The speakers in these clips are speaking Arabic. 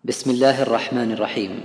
بسم الله الرحمن الرحيم.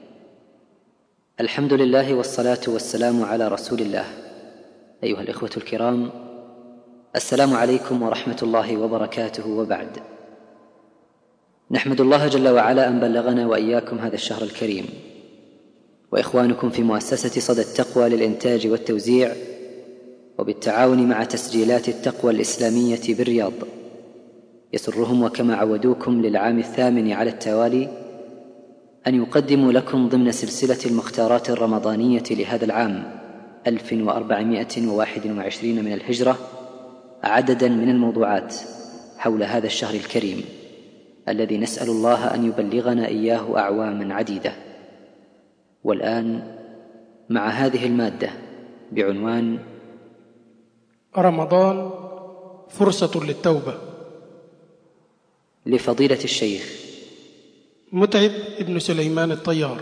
الحمد لله والصلاة والسلام على رسول الله. أيها الإخوة الكرام، السلام عليكم ورحمة الله وبركاته، وبعد. نحمد الله جل وعلا أن بلغنا وإياكم هذا الشهر الكريم، وإخوانكم في مؤسسة صدى التقوى للإنتاج والتوزيع وبالتعاون مع تسجيلات التقوى الإسلامية بالرياض يسرهم وكما عودوكم للعام 8 على التوالي أن يقدموا لكم ضمن سلسلة المختارات الرمضانية لهذا العام 1421 من الهجرة عددا من الموضوعات حول هذا الشهر الكريم الذي نسأل الله أن يبلغنا إياه أعواما عديدة. والآن مع هذه المادة بعنوان رمضان فرصة للتوبة، لفضيلة الشيخ متعب ابن سليمان الطيار.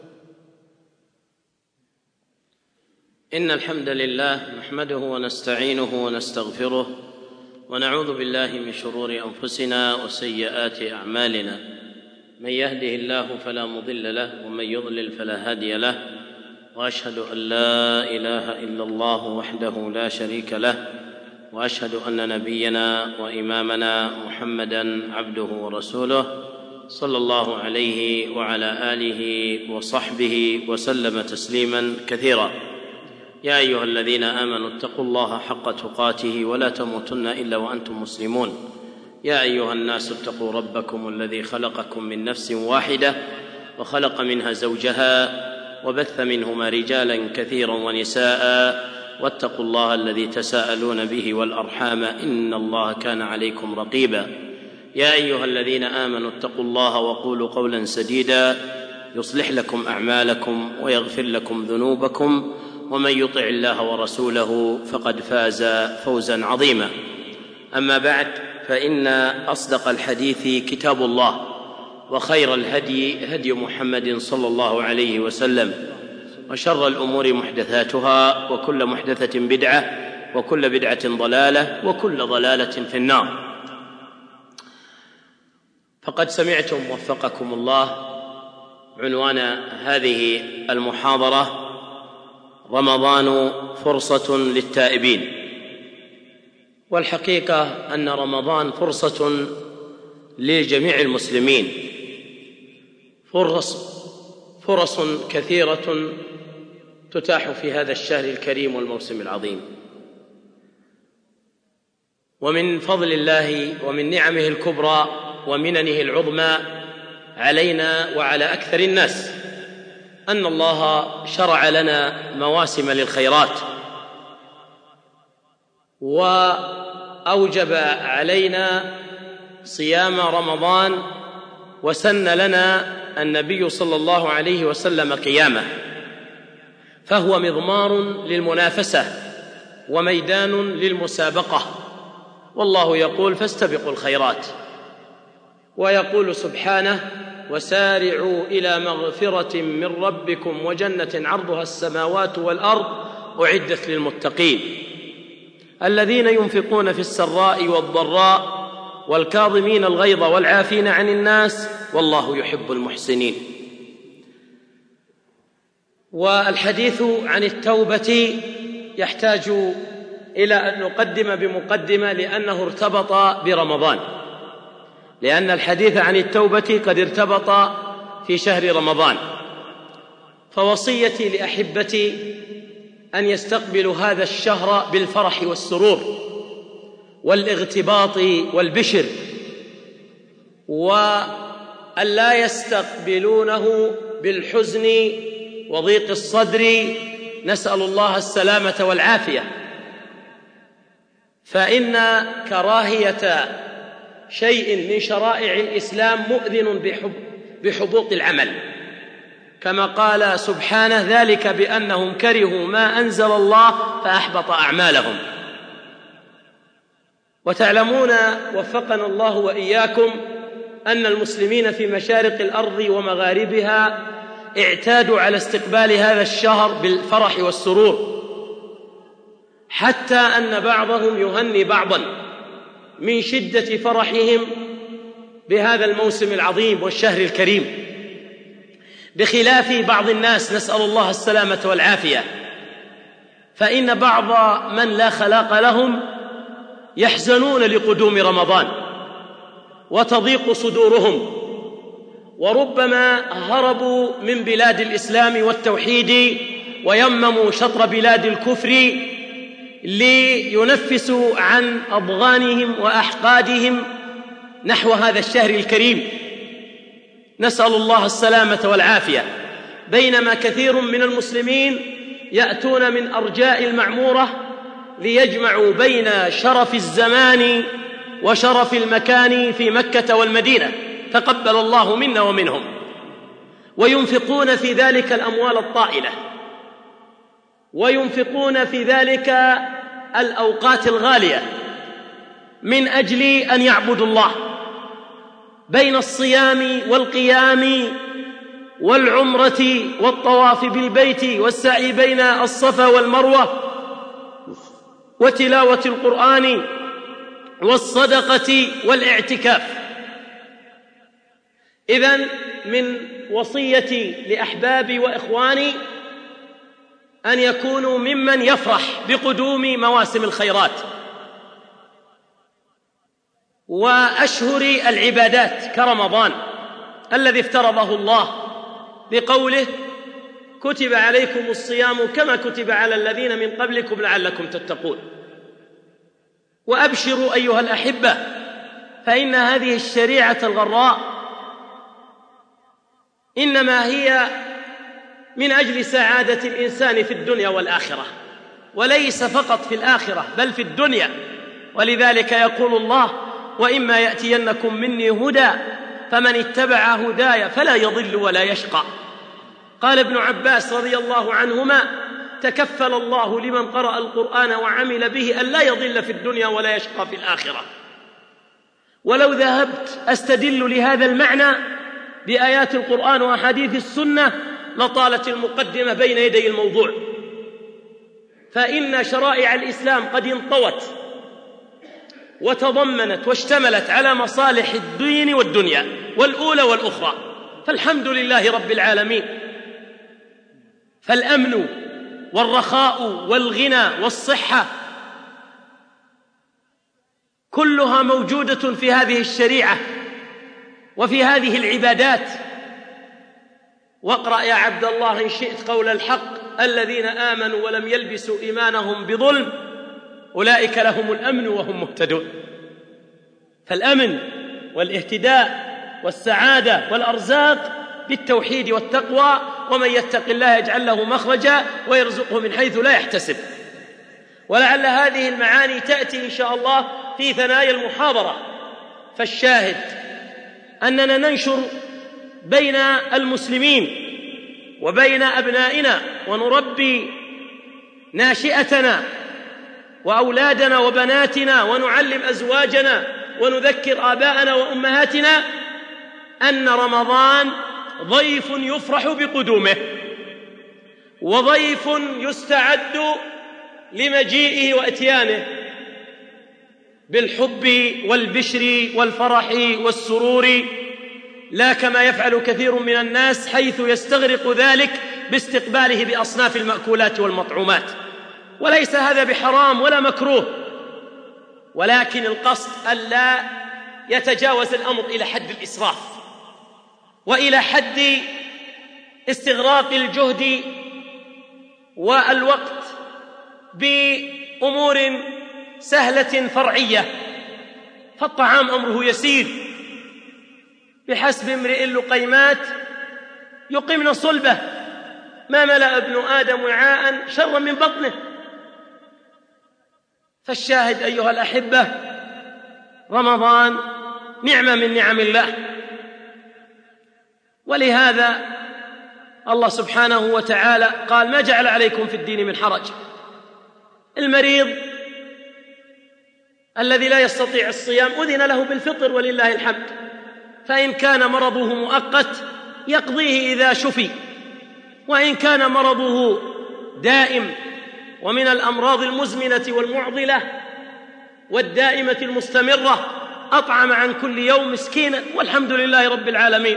إن الحمد لله نحمده ونستعينه ونستغفره ونعوذ بالله من شرور أنفسنا وسيئات أعمالنا، من يهده الله فلا مضل له ومن يضلل فلا هادي له، وأشهد أن لا إله إلا الله وحده لا شريك له، وأشهد أن نبينا وإمامنا محمدًا عبده ورسوله صلى الله عليه وعلى آله وصحبه وسلم تسليماً كثيراً. يا أيها الذين آمنوا اتقوا الله حق تقاته ولا تموتن إلا وأنتم مسلمون. يا أيها الناس اتقوا ربكم الذي خلقكم من نفس واحدة وخلق منها زوجها وبث منهما رجالاً كثيراً ونساء، واتقوا الله الذي تساءلون به والأرحام إن الله كان عليكم رقيبا. يا أيها الذين آمنوا اتقوا الله وقولوا قولا سديدا يصلح لكم أعمالكم ويغفر لكم ذنوبكم، ومن يطع الله ورسوله فقد فاز فوزا عظيما. أما بعد، فإن أصدق الحديث كتاب الله، وخير الهدي هدي محمد صلى الله عليه وسلم، وشر الأمور محدثاتها، وكل محدثة بدعة، وكل بدعة ضلالة، وكل ضلالة في النار. فقد سمعتم وفقكم الله عنوان هذه المحاضرة: رمضان فرصة للتائبين. والحقيقة أن رمضان فرصة لجميع المسلمين، فرص كثيرة تتاح في هذا الشهر الكريم والموسم العظيم. ومن فضل الله ومن نعمه الكبرى ومننه العظمى علينا وعلى أكثر الناس أن الله شرع لنا مواسم للخيرات، وأوجب علينا صيام رمضان، وسن لنا النبي صلى الله عليه وسلم قيامه، فهو مضمار للمنافسة وميدان للمسابقة. والله يقول: فاستبقوا الخيرات، ويقول سبحانه: وسارعوا إلى مغفرة من ربكم وجنة عرضها السماوات والأرض أعدت للمتقين الذين ينفقون في السراء والضراء والكاظمين الغيظ والعافين عن الناس والله يحب المحسنين. والحديث عن التوبة يحتاج إلى أن نقدم بمقدمة، لأنه ارتبط برمضان، لأن الحديث عن التوبة قد ارتبط في شهر رمضان. فوصيتي لأحبتي أن يستقبلوا هذا الشهر بالفرح والسرور والاغتباط والبشر، وأن لا يستقبلونه بالحزن وضيق الصدر، نسأل الله السلامة والعافية. فإن كراهية شيء من شرائع الإسلام مؤذن بحبوط العمل، كما قال سبحانه: ذلك بأنهم كرهوا ما أنزل الله فأحبط أعمالهم. وتعلمون وفقنا الله وإياكم أن المسلمين في مشارق الأرض ومغاربها اعتادوا على استقبال هذا الشهر بالفرح والسرور، حتى أن بعضهم يهني بعضا من شدة فرحهم بهذا الموسم العظيم والشهر الكريم، بخلاف بعض الناس، نسأل الله السلامة والعافية، فإن بعض من لا خلاق لهم يحزنون لقدوم رمضان وتضيق صدورهم، وربما هربوا من بلاد الإسلام والتوحيد ويمموا شطر بلاد الكفر لينفسوا عن أضغانهم وأحقادهم نحو هذا الشهر الكريم، نسأل الله السلامة والعافية، بينما كثير من المسلمين يأتون من أرجاء المعمورة ليجمعوا بين شرف الزمان وشرف المكان في مكة والمدينة، تقبل الله منا ومنهم، وينفقون في ذلك الأموال الطائلة، وينفقون في ذلك الأوقات الغالية من أجل أن يعبدوا الله بين الصيام والقيام والعمرة والطواف بالبيت والسعي بين الصفا والمروة وتلاوة القرآن والصدقة والاعتكاف. إذن من وصيتي لأحبابي وإخواني أن يكونوا ممن يفرح بقدوم مواسم الخيرات وأشهر العبادات كرمضان الذي افترضه الله بقوله: كتب عليكم الصيام كما كتب على الذين من قبلكم لعلكم تتقون. وأبشروا أيها الأحبة، فإن هذه الشريعة الغراء إنما هي من أجل سعادة الإنسان في الدنيا والآخرة، وليس فقط في الآخرة بل في الدنيا. ولذلك يقول الله: وإما يأتينكم مني هدى فمن اتبع هداي فلا يضل ولا يشقى. قال ابن عباس رضي الله عنهما: تكفل الله لمن قرأ القرآن وعمل به أن لا يضل في الدنيا ولا يشقى في الآخرة. ولو ذهبت أستدل لهذا المعنى بآيات القرآن وأحاديث السنة لطالت المقدمة بين يدي الموضوع، فإن شرائع الإسلام قد انطوت وتضمنت واشتملت على مصالح الدين والدنيا والأولى والأخرى، فالحمد لله رب العالمين. فالأمن والرخاء والغنى والصحة كلها موجودة في هذه الشريعة وفي هذه العبادات. واقرأ يا عبد الله إن شئت قول الحق: الذين آمنوا ولم يلبسوا إيمانهم بظلم أولئك لهم الأمن وهم مهتدون. فالأمن والاهتداء والسعادة والأرزاق بالتوحيد والتقوى، ومن يتق الله يجعل له مخرجا ويرزقه من حيث لا يحتسب. ولعل هذه المعاني تأتي إن شاء الله في ثنايا المحاضرة. فالشاهد أننا ننشر بين المسلمين وبين أبنائنا ونربي ناشئتنا وأولادنا وبناتنا ونعلم أزواجنا ونذكر آباءنا وأمهاتنا أن رمضان ضيف يفرح بقدومه، وضيف يستعد لمجيئه وأتيانه بالحب والبشر والفرح والسرور، لا كما يفعل كثير من الناس حيث يستغرق ذلك باستقباله بأصناف المأكولات والمطعومات. وليس هذا بحرام ولا مكروه، ولكن القصد ألا يتجاوز الأمر إلى حد الإسراف وإلى حد استغراق الجهد والوقت بأمور سهلة فرعية. فالطعام أمره يسير، بحسب امرئ لقيمات يقمن صلبه، ما ملأ ابن آدم وعاء شرا من بطنه. فالشاهد أيها الأحبة، رمضان نعمة من نعم الله، ولهذا الله سبحانه وتعالى قال: ما جعل عليكم في الدين من حرج. المريض الذي لا يستطيع الصيام أذن له بالفطر ولله الحمد، فإن كان مرضه مؤقت يقضيه إذا شفي، وإن كان مرضه دائم ومن الأمراض المزمنة والمعضلة والدائمة المستمرة أطعم عن كل يوم مسكينا، والحمد لله رب العالمين.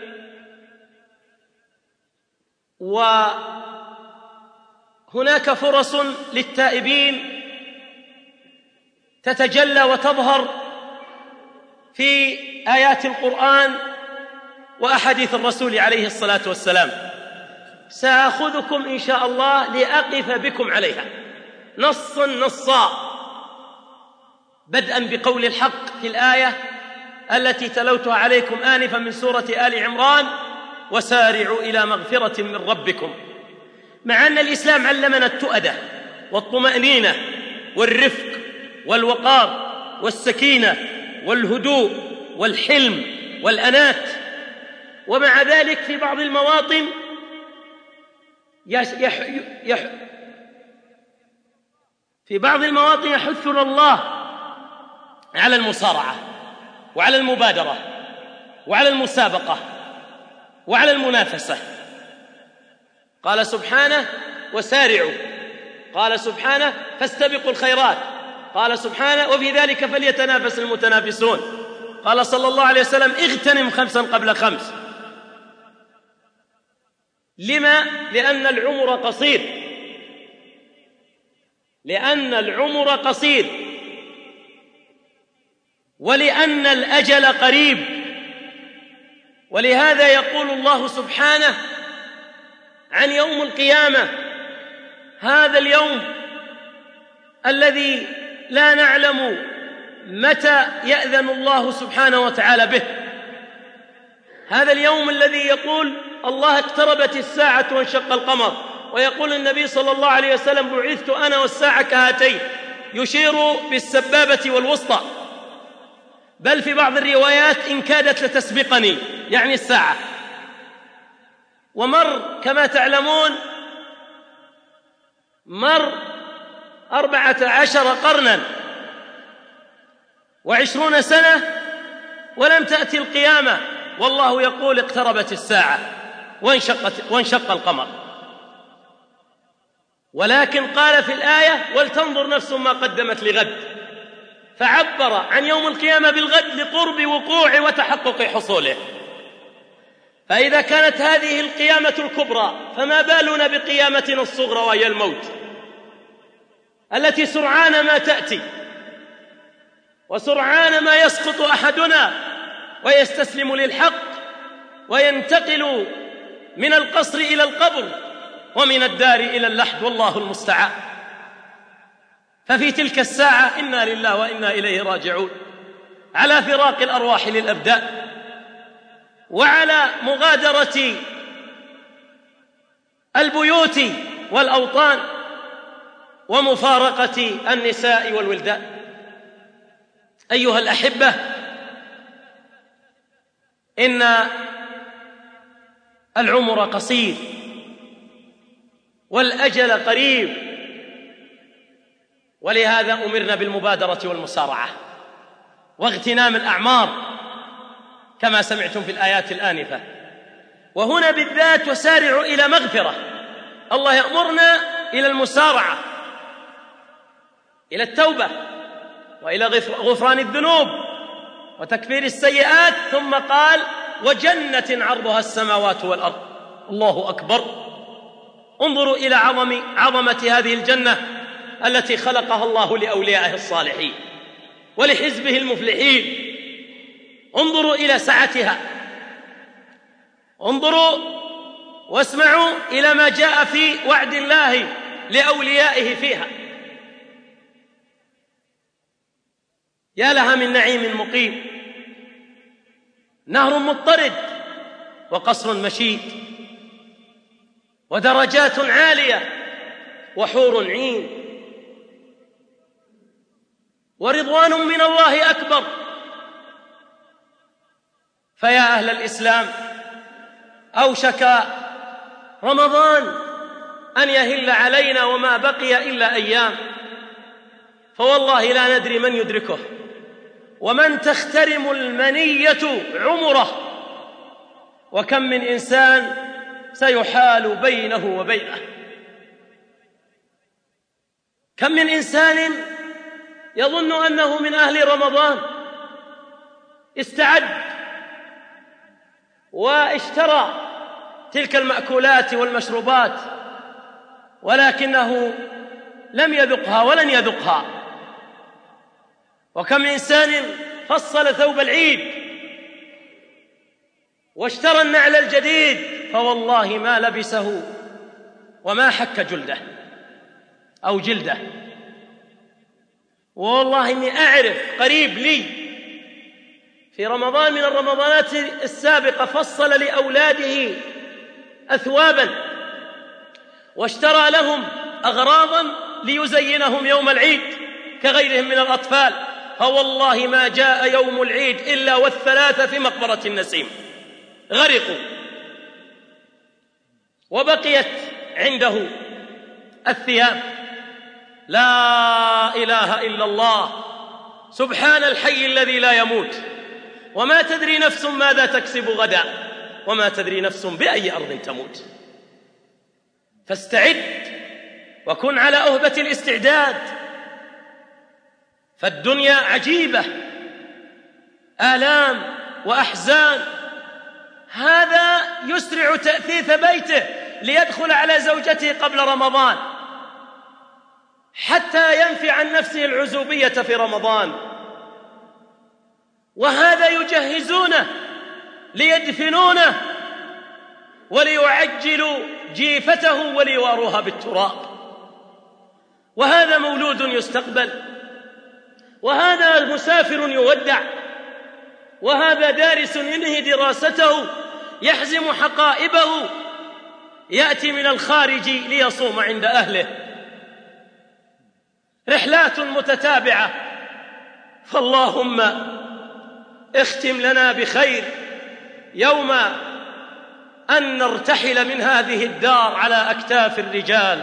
وهناك فرص للتائبين تتجلى وتظهر في آيات القرآن وأحاديث الرسول عليه الصلاة والسلام. سآخذكم إن شاء الله لأقف بكم عليها نصا، بدءا بقول الحق في الآية التي تلوتها عليكم آنفا من سورة آل عمران: وسارعوا إلى مغفرة من ربكم. مع أن الإسلام علمنا التؤدة والطمأنينة والرفق والوقار والسكينة والهدوء والحلم والأنات، ومع ذلك في بعض المواطن يحثنا الله على المصارعة وعلى المبادرة وعلى المسابقة وعلى المنافسة. قال سبحانه: وسارعوا. قال سبحانه: فاستبقوا الخيرات. قال سبحانه: وفي ذلك فليتنافس المتنافسون. قال صلى الله عليه وسلم: اغتنم 5 قبل 5. لما؟ لأن العمر قصير، لأن العمر قصير، ولأن الأجل قريب. ولهذا يقول الله سبحانه عن يوم القيامة: هذا اليوم الذي لا نعلم متى يأذن الله سبحانه وتعالى به، هذا اليوم الذي يقول الله: اقتربت الساعة وانشق القمر، ويقول النبي صلى الله عليه وسلم: بعثت أنا والساعة كهاتين، يشير بالسبابة والوسطى، بل في بعض الروايات: إن كادت لتسبقني، يعني الساعة. ومر كما تعلمون 14 قرنا و20 سنة ولم تأتي القيامة، والله يقول: اقتربت الساعة وانشق القمر. ولكن قال في الآية: ولتنظر نفس ما قدمت لغد، فعبر عن يوم القيامة بالغد لقرب وقوع وتحقق حصوله. فإذا كانت هذه القيامة الكبرى، فما بالنا بقيامتنا الصغرى وهي الموت، التي سرعان ما تأتي وسرعان ما يسقط أحدنا ويستسلم للحق وينتقل من القصر إلى القبر ومن الدار إلى اللحد، والله المستعان. ففي تلك الساعة إنا لله وإنا إليه راجعون، على فراق الأرواح للأبدان، وعلى مغادرة البيوت والأوطان، ومفارقة النساء والولدان. أيها الأحبة، إن العمر قصير والأجل قريب، ولهذا أمرنا بالمبادرة والمسارعة واغتنام الأعمار كما سمعتم في الآيات الآنفة. وهنا بالذات: وسارعوا إلى مغفرة. الله يأمرنا إلى المسارعة، إلى التوبة، وإلى غفران الذنوب وتكفير السيئات، ثم قال: وجنة عرضها السماوات والأرض. الله أكبر! انظروا إلى عظمة هذه الجنة التي خلقها الله لأوليائه الصالحين ولحزبه المفلحين. انظروا إلى سعتها، انظروا واسمعوا إلى ما جاء في وعد الله لأوليائه فيها. يا لها من نعيم مقيم، نهر مضطرد وقصر مشيد ودرجات عالية وحور عين ورضوان من الله أكبر. فيا أهل الإسلام، أوشك رمضان أن يهل علينا وما بقي إلا أيام، فوالله لا ندري من يدركه ومن تخترم المنية عمره، وكم من إنسان سيحال بينه وبينه. كم من إنسان يظن أنه من أهل رمضان استعد واشترى تلك المأكولات والمشروبات، ولكنه لم يذقها ولن يذقها. وكم إنسان فصل ثوب العيد واشترى النعل الجديد فوالله ما لبسه وما حك جلده أو جلده. والله إني أعرف قريب لي في رمضان من الرمضانات السابقة فصل لأولاده أثوابا واشترى لهم أغراضا ليزينهم يوم العيد كغيرهم من الأطفال، فوالله ما جاء يوم العيد إلا والثلاثة في مقبرة النسيم غرقوا، وبقيت عنده الثياب. لا إله إلا الله، سبحان الحي الذي لا يموت، وما تدري نفس ماذا تكسب غدا، وما تدري نفس بأي أرض تموت. فاستعد وكن على أهبة الاستعداد، فالدنيا عجيبة، آلام وأحزان. هذا يسرع تأثيث بيته ليدخل على زوجته قبل رمضان حتى ينفي عن نفسه العزوبية في رمضان، وهذا يجهزونه ليدفنونه وليعجلوا جيفته وليواروها بالتراب. وهذا مولود يستقبل، وهذا مسافر يودع، وهذا دارس ينهي دراسته يحزم حقائبه يأتي من الخارج ليصوم عند أهله. رحلات متتابعة، فاللهم اختم لنا بخير يوم أن نرتحل من هذه الدار على أكتاف الرجال.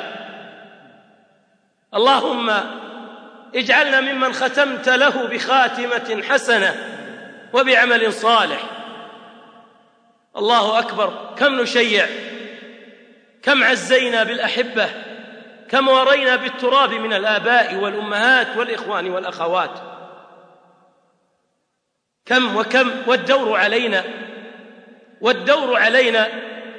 اللهم اجعلنا ممن ختمت له بخاتمة حسنة وبعمل صالح. الله أكبر، كم نشيع، كم عزينا بالأحبة، كم ورينا بالتراب من الآباء والأمهات والإخوان والأخوات، كم وكم، والدور علينا والدور علينا.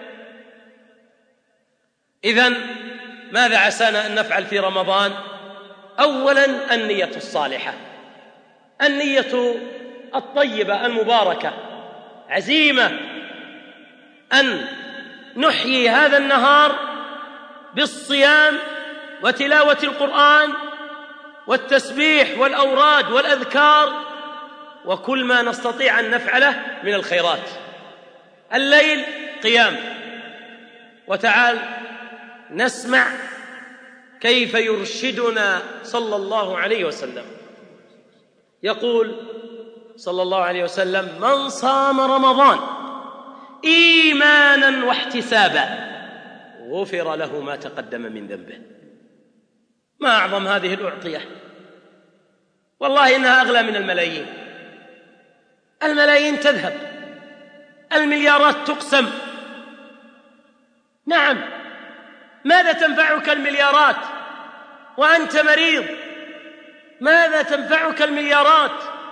إذن ماذا عسانا أن نفعل في رمضان؟ أولاً النية الصالحة، النية الطيبة المباركة، عزيمة أن نحيي هذا النهار بالصيام وتلاوة القرآن والتسبيح والأوراد والأذكار وكل ما نستطيع أن نفعله من الخيرات. الليل قيام، وتعال نسمع كيف يرشدنا صلى الله عليه وسلم. يقول صلى الله عليه وسلم: من صام رمضان إيمانا واحتسابا غفر له ما تقدم من ذنبه. ما أعظم هذه الأعطية، والله إنها أغلى من الملايين. الملايين تذهب، المليارات تقسم. نعم، ماذا تنفعك المليارات وأنت مريض؟ ماذا تنفعك المليارات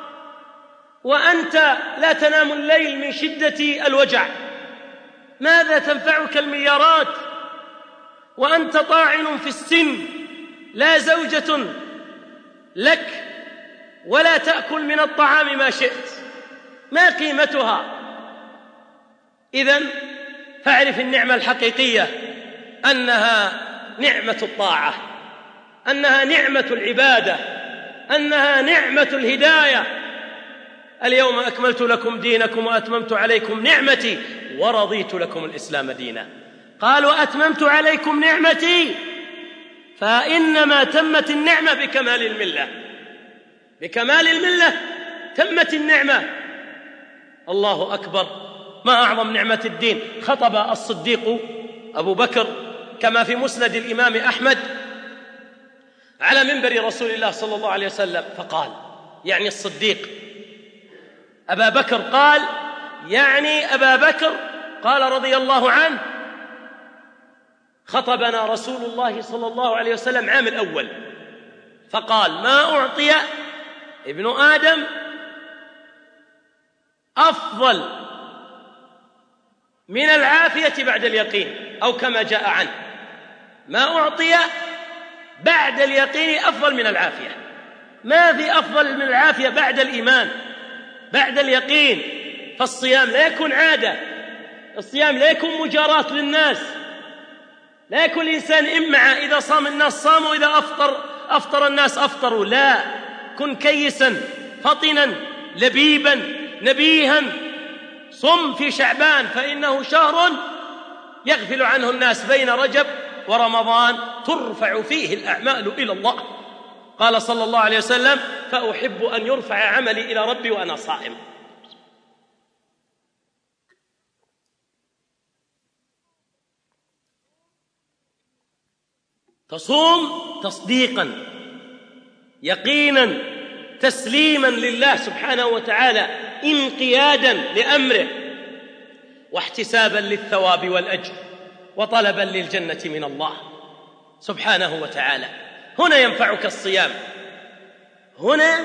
وأنت لا تنام الليل من شدة الوجع؟ ماذا تنفعك المليارات وأنت طاعن في السن، لا زوجة لك ولا تأكل من الطعام ما شئت؟ ما قيمتها؟ إذن فاعرف النعمة الحقيقية أنها نعمة الطاعة، أنها نعمة العبادة، أنها نعمة الهداية. اليوم أكملت لكم دينكم وأتممت عليكم نعمتي ورضيت لكم الإسلام دينا. قالوا: أتممت عليكم نعمتي، فإنما تمت النعمة بكمال الملة، بكمال الملة تمت النعمة. الله أكبر، ما أعظم نعمة الدين. خطب الصديق أبو بكر كما في مسند الإمام أحمد على منبر رسول الله صلى الله عليه وسلم، فقال، يعني الصديق أبا بكر، قال يعني أبا بكر، قال رضي الله عنه: خطبنا رسول الله صلى الله عليه وسلم عام الأول فقال: ما أعطي ابن آدم أفضل من العافية بعد اليقين، أو كما جاء عنه: ما أعطي بعد اليقين أفضل من العافية. ما في أفضل من العافية بعد الإيمان، بعد اليقين. فالصيام لا يكون عادة، الصيام لا يكون مجاراة للناس، لا يكون الإنسان إمعة، إذا صام الناس صاموا وإذا أفطر الناس أفطروا. لا، كن كيسا فطنا لبيبا نبيها. صم في شعبان فإنه شهر يغفل عنه الناس، بين رجب ورمضان ترفع فيه الأعمال إلى الله. قال صلى الله عليه وسلم: فأحب أن يرفع عملي إلى ربي وأنا صائم. تصوم تصديقا يقينا تسليما لله سبحانه وتعالى، انقيادا لأمره، واحتسابا للثواب والأجر، وطلبا للجنة من الله سبحانه وتعالى. هنا ينفعك الصيام، هنا.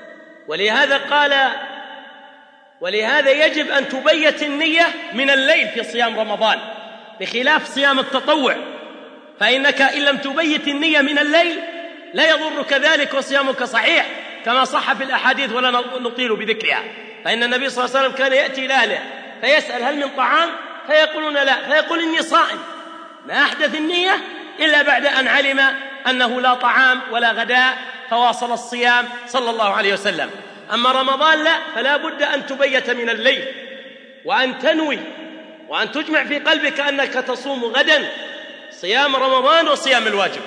ولهذا يجب أن تبيت النية من الليل في صيام رمضان، بخلاف صيام التطوع، فإنك إن لم تبيت النية من الليل لا يضرك ذلك وصيامك صحيح، كما صح في الأحاديث ولا نطيل بذكرها. فإن النبي صلى الله عليه وسلم كان يأتي إلى أهله فيسأل: هل من طعام؟ فيقولون: لا. فيقول: إني صائم. ما أحدث النية إلا بعد أن علم أنه لا طعام ولا غداء، فواصل الصيام صلى الله عليه وسلم. أما رمضان لا، فلا بد أن تبيت من الليل، وأن تنوي، وأن تجمع في قلبك أنك تصوم غدا صيام رمضان وصيام الواجب.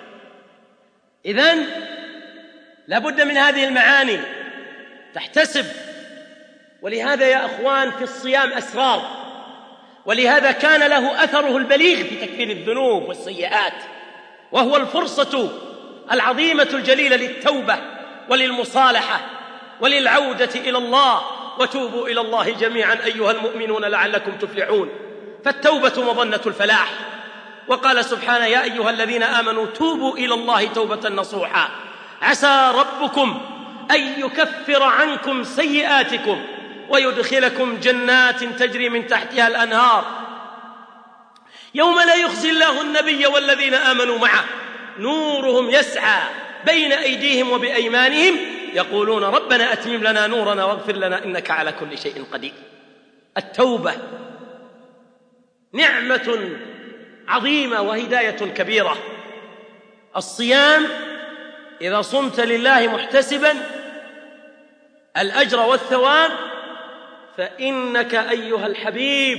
إذن لا بد من هذه المعاني تحتسب. ولهذا يا أخوان في الصيام أسرار، ولهذا كان له أثره البليغ في تكفير الذنوب والسيئات، وهو الفرصة العظيمة الجليلة للتوبة وللمصالحة وللعودة إلى الله. وتوبوا إلى الله جميعا أيها المؤمنون لعلكم تفلحون، فالتوبة مظنة الفلاح. وقال سبحانه: يا أيها الذين آمنوا توبوا إلى الله توبة نصوحا عسى ربكم أن يكفر عنكم سيئاتكم ويدخلكم جنات تجري من تحتها الأنهار يوم لا يخزي الله النبي والذين آمنوا معه نورهم يسعى بين أيديهم وبأيمانهم يقولون ربنا أتمم لنا نورنا واغفر لنا إنك على كل شيء قدير. التوبة نعمة عظيمة وهداية كبيرة. الصيام إذا صمت لله محتسبا الأجر والثواب فإنك أيها الحبيب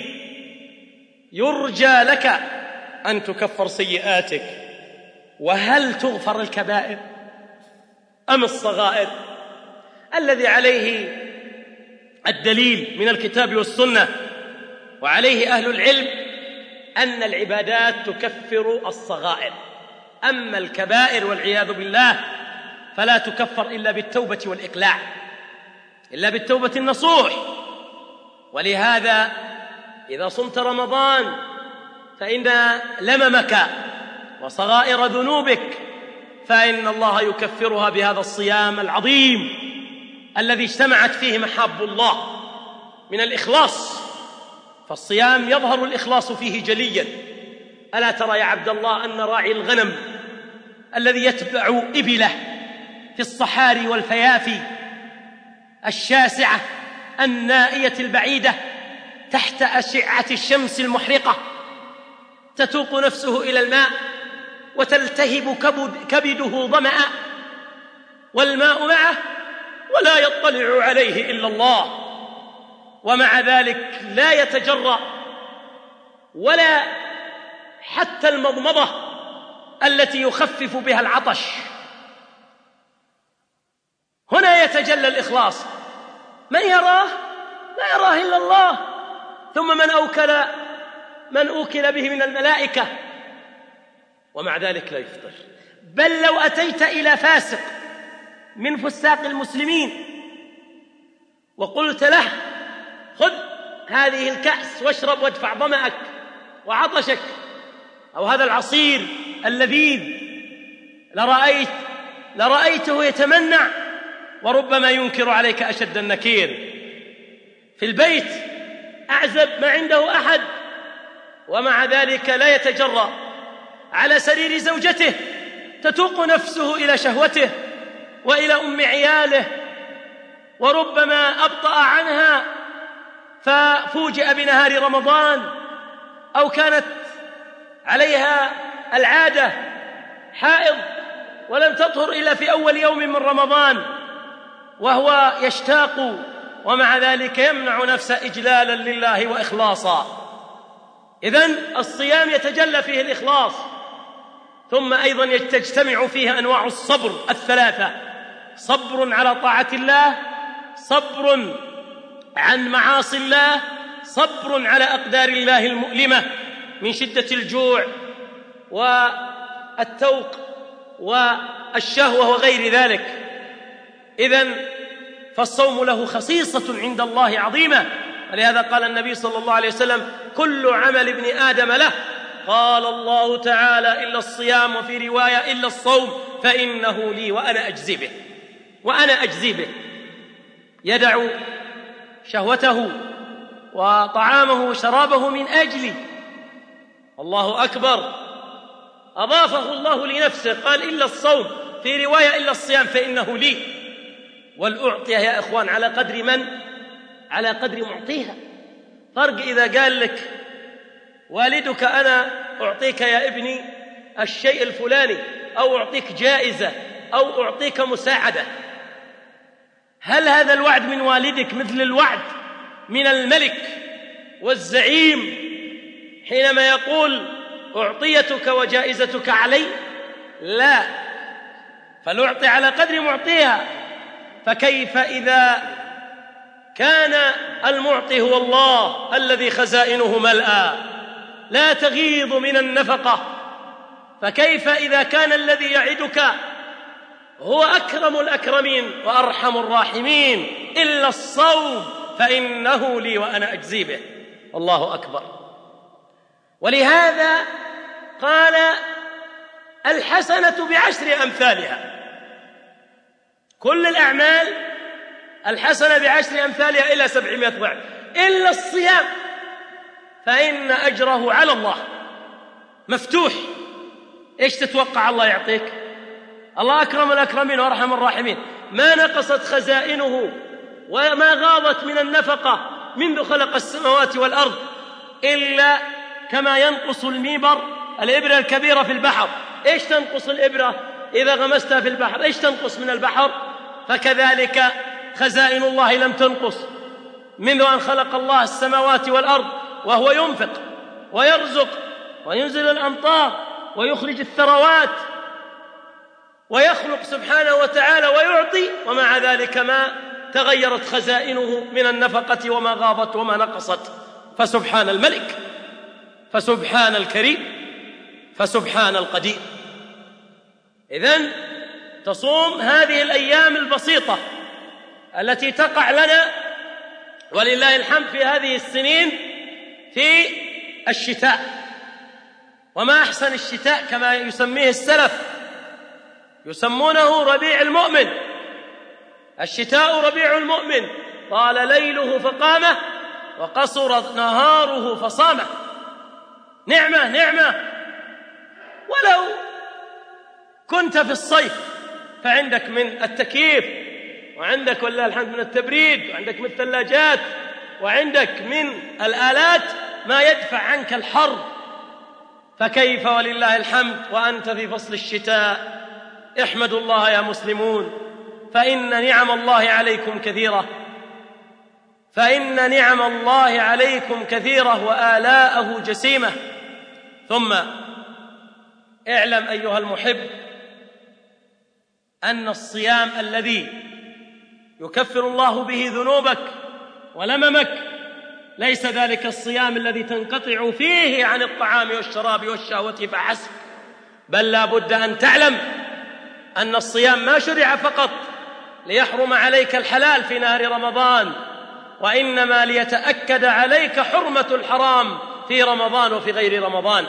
يرجى لك أن تكفر سيئاتك. وهل تغفر الكبائر أم الصغائر؟ الذي عليه الدليل من الكتاب والسنة وعليه أهل العلم أن العبادات تكفر الصغائر، أما الكبائر والعياذ بالله فلا تكفر إلا بالتوبة والإقلاع، إلا بالتوبة النصوح. ولهذا إذا صمت رمضان فإن لممك وصغائر ذنوبك فإن الله يكفرها بهذا الصيام العظيم الذي اجتمعت فيه محاب الله من الإخلاص. فالصيام يظهر الإخلاص فيه جليا. ألا ترى يا عبد الله أن راعي الغنم الذي يتبع إبله في الصحاري والفيافي الشاسعة النائية البعيدة تحت أشعة الشمس المحرقة تتوق نفسه إلى الماء وتلتهب كبده ظمأ والماء معه ولا يطلع عليه إلا الله، ومع ذلك لا يتجرأ ولا حتى المضمضة التي يخفف بها العطش. هنا يتجلى الإخلاص. من يراه؟ لا يراه إلا الله. ثم من أوكل به من الملائكة، ومع ذلك لا يفطر. بل لو أتيت إلى فاسق من فساق المسلمين وقلت له خذ هذه الكأس واشرب وادفع ظمأك وعطشك، أو هذا العصير اللذيذ، لرأيته يتمنع وربما ينكر عليك أشد النكير. في البيت أعزب ما عنده أحد، ومع ذلك لا يتجرأ على سرير زوجته، تتوق نفسه إلى شهوته وإلى أم عياله، وربما أبطأ عنها ففوجئ بنهار رمضان، أو كانت عليها العادة حائض ولم تطهر إلا في أول يوم من رمضان، وهو يشتاق، ومع ذلك يمنع نفسه إجلالا لله وإخلاصا. إذن الصيام يتجلى فيه الإخلاص، ثم أيضا تجتمع فيه أنواع الصبر الثلاثة: صبر على طاعة الله، صبر عن معاصي الله، صبر على أقدار الله المؤلمة من شدة الجوع والتوق والشهوة وغير ذلك. إذن فالصوم له خصيصة عند الله عظيمة، ولهذا قال النبي صلى الله عليه وسلم: كل عمل ابن آدم له، قال الله تعالى: إلا الصيام، وفي رواية: إلا الصوم فإنه لي وأنا أجزي به. وأنا أجزي به، يدع شهوته وطعامه وشرابه من أجلي. الله أكبر، أضافه الله لنفسه، قال: إلا الصوم، في رواية: إلا الصيام فإنه لي. والأعطية يا إخوان على قدر من؟ على قدر معطيها. فرق إذا قال لك والدك: أنا أعطيك يا ابني الشيء الفلاني، أو أعطيك جائزة، أو أعطيك مساعدة، هل هذا الوعد من والدك مثل الوعد من الملك والزعيم حينما يقول: أعطيتك وجائزتك علي؟ لا، فالأعطي على قدر معطيها. فكيف إذا كان المعطي هو الله الذي خزائنه ملأى لا تغيض من النفقة؟ فكيف إذا كان الذي يعدك هو أكرم الأكرمين وأرحم الراحمين؟ إلا الصوم فإنه لي وأنا أجزي به. الله أكبر. ولهذا قال: الحسنة بعشر أمثالها. كل الأعمال الحسنة بعشر أمثالها إلى 700 ضعف، إلا الصيام فإن أجره على الله مفتوح. إيش تتوقع الله يعطيك؟ الله أكرم الأكرمين وأرحم الراحمين، ما نقصت خزائنه وما غاضت من النفقة منذ خلق السماوات والأرض إلا كما ينقص الميبر الإبرة الكبيرة في البحر. إيش تنقص الإبرة إذا غمستها في البحر؟ إيش تنقص من البحر؟ فكذلك خزائن الله لم تنقص منذ أن خلق الله السماوات والأرض، وهو ينفق ويرزق وينزل الأمطار ويخرج الثروات ويخلق سبحانه وتعالى ويعطي، ومع ذلك ما تغيرت خزائنه من النفقة وما غابت وما نقصت. فسبحان الملك، فسبحان الكريم، فسبحان القدير. إذن تصوم هذه الأيام البسيطة التي تقع لنا ولله الحمد في هذه السنين في الشتاء. وما أحسن الشتاء كما يسميه السلف، يسمونه ربيع المؤمن. الشتاء ربيع المؤمن، طال ليله فقامه وقصر نهاره فصامه. نعمة نعمة. ولو كنت في الصيف فعندك من التكييف، وعندك ولله الحمد من التبريد، وعندك من الثلاجات، وعندك من الآلات ما يدفع عنك الحر، فكيف ولله الحمد وأنت في فصل الشتاء؟ احمدوا الله يا مسلمون، فإن نعم الله عليكم كثيرة، فإن نعم الله عليكم كثيرة وآلاءه جسيمة. ثم اعلم أيها المحب أن الصيام الذي يكفر الله به ذنوبك ولممك ليس ذلك الصيام الذي تنقطع فيه عن الطعام والشراب والشهوة فحسب، بل لا بد أن تعلم أن الصيام ما شرع فقط ليحرم عليك الحلال في نهار رمضان، وإنما ليتأكد عليك حرمة الحرام في رمضان وفي غير رمضان.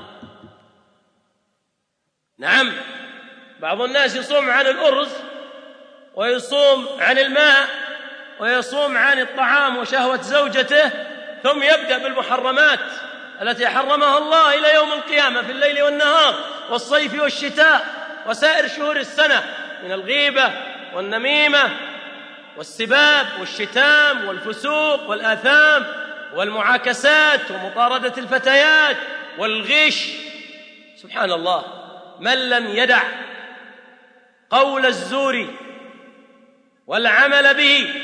نعم، بعض الناس يصوم عن الأرز ويصوم عن الماء ويصوم عن الطعام وشهوة زوجته، ثم يبدأ بالمحرمات التي حرمها الله إلى يوم القيامة في الليل والنهار والصيف والشتاء وسائر شهور السنة، من الغيبة والنميمة والسباب والشتام والفسوق والآثام والمعاكسات ومطاردة الفتيات والغش. سبحان الله، من لم يدع قول الزور والعمل به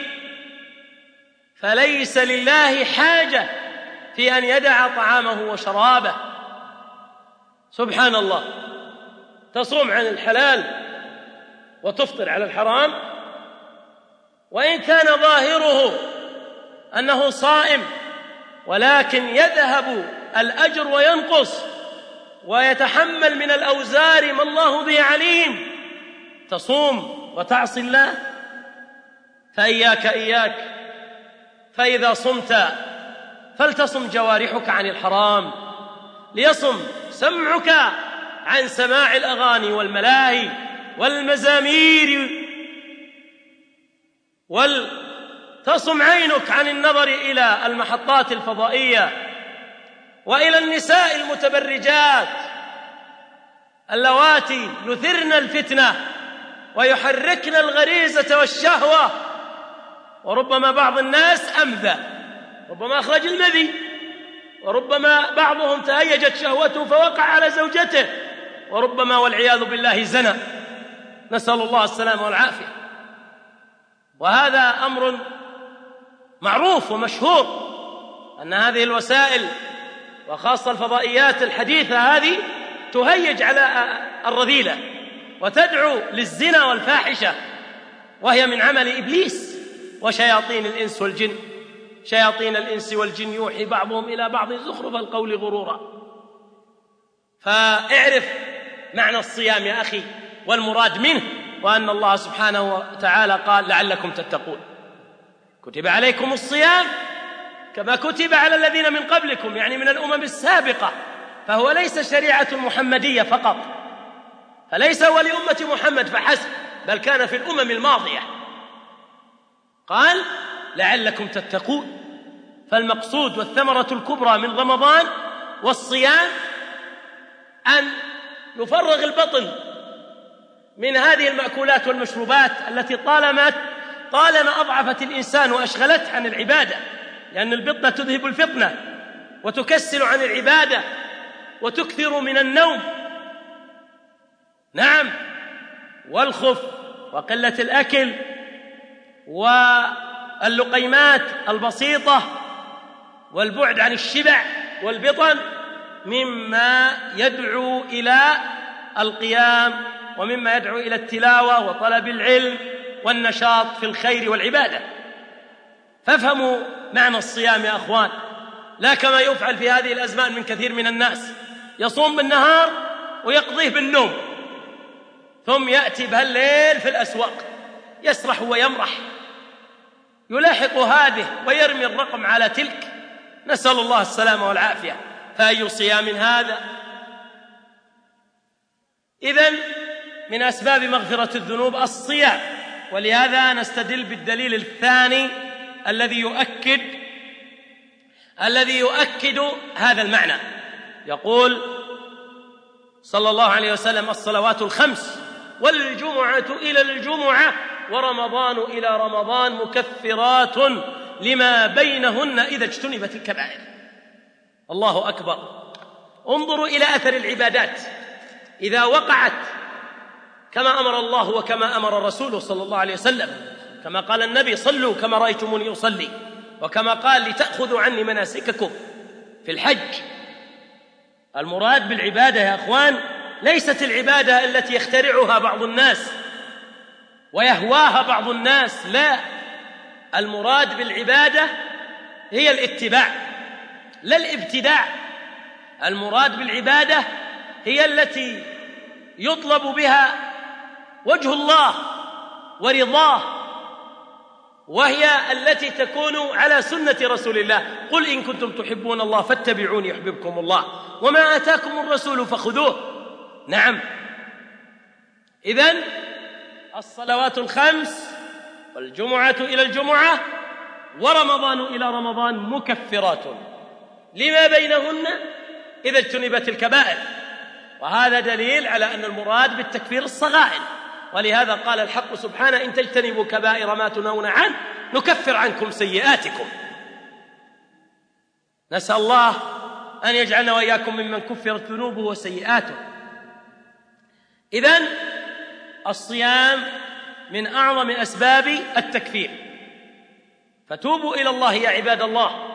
فليس لله حاجة في أن يدع طعامه وشرابه. سبحان الله، تصوم عن الحلال وتفطر على الحرام، وإن كان ظاهره أنه صائم ولكن يذهب الأجر وينقص ويتحمل من الأوزار ما الله به عليم. تصوم وتعصي الله، فإياك فإذا صمت فلتصم جوارحك عن الحرام، ليصم سمعك عن سماع الأغاني والملاهي والمزامير، ولتصم عينك عن النظر إلى المحطات الفضائية وإلى النساء المتبرجات اللواتي يثرن الفتنة ويحركن الغريزة والشهوة. وربما بعض الناس أمذى، ربما أخرج المذي، وربما بعضهم تهيجت شهوته فوقع على زوجته، وربما والعياذ بالله زنى، نسأل الله السلامة والعافية. وهذا أمر معروف ومشهور أن هذه الوسائل وخاصة الفضائيات الحديثة هذه تهيج على الرذيلة وتدعو للزنا والفاحشة، وهي من عمل إبليس وشياطين الإنس والجن. شياطين الإنس والجن يوحي بعضهم إلى بعض زخرف القول غرورا. فاعرف معنى الصيام يا أخي والمراد منه، وأن الله سبحانه وتعالى قال لعلكم تتقون. كتب عليكم الصيام كما كتب على الذين من قبلكم، يعني من الأمم السابقة، فهو ليس شريعة محمدية فقط، فليس هو لأمة محمد فحسب، بل كان في الأمم الماضية. قال لعلكم تتقون. فالمقصود والثمرة الكبرى من رمضان والصيام أن يفرغ البطن من هذه المأكولات والمشروبات التي طالما أضعفت الإنسان وأشغلته عن العبادة، لأن البطنة تذهب الفطنة وتكسل عن العبادة وتكثر من النوم. نعم، والخف وقلة الأكل واللقيمات البسيطة والبعد عن الشبع والبطن مما يدعو إلى القيام ومما يدعو إلى التلاوة وطلب العلم والنشاط في الخير والعبادة. فافهموا معنى الصيام يا أخوان، لا كما يفعل في هذه الأزمان من كثير من الناس، يصوم بالنهار ويقضيه بالنوم، ثم يأتي بهالليل في الأسواق يسرح ويمرح، يلاحق هذه ويرمي الرقم على تلك، نسأل الله السلامة والعافية. فأي صيام هذا؟ إذن من أسباب مغفرة الذنوب الصيام، ولهذا نستدل بالدليل الثاني الذي يؤكد هذا المعنى. يقول صلى الله عليه وسلم: الصلوات الخمس والجمعة إلى الجمعة ورمضان إلى رمضان مكفرات لما بينهن إذا اجتنبت الكبائر. الله أكبر. انظروا إلى أثر العبادات إذا وقعت كما أمر الله وكما أمر رسوله صلى الله عليه وسلم، كما قال النبي: صلوا كما رأيتموني أصلي، وكما قال: لتأخذوا عني مناسككم في الحج. المراد بالعبادة يا أخوان ليست العبادة التي يخترعها بعض الناس ويهواها بعض الناس، لا، المراد بالعبادة هي الاتباع لا الابتداع. المراد بالعبادة هي التي يطلب بها وجه الله ورضاه، وهي التي تكون على سنة رسول الله: قل إن كنتم تحبون الله فاتبعوني يحببكم الله وما آتاكم الرسول فخذوه. نعم، إذن الصلوات الخمس والجمعة إلى الجمعة ورمضان إلى رمضان مكفرات لما بينهن إذا اجتنبت الكبائر. وهذا دليل على أن المراد بالتكفير الصغائر، ولهذا قال الحق سبحانه: إن تجتنبوا كبائر ما تنهون عنه نكفر عنكم سيئاتكم. نسأل الله أن يجعلنا وإياكم ممن كفرت ذنوبه وسيئاته. إذن الصيام من أعظم أسباب التكفير، فتوبوا إلى الله يا عباد الله،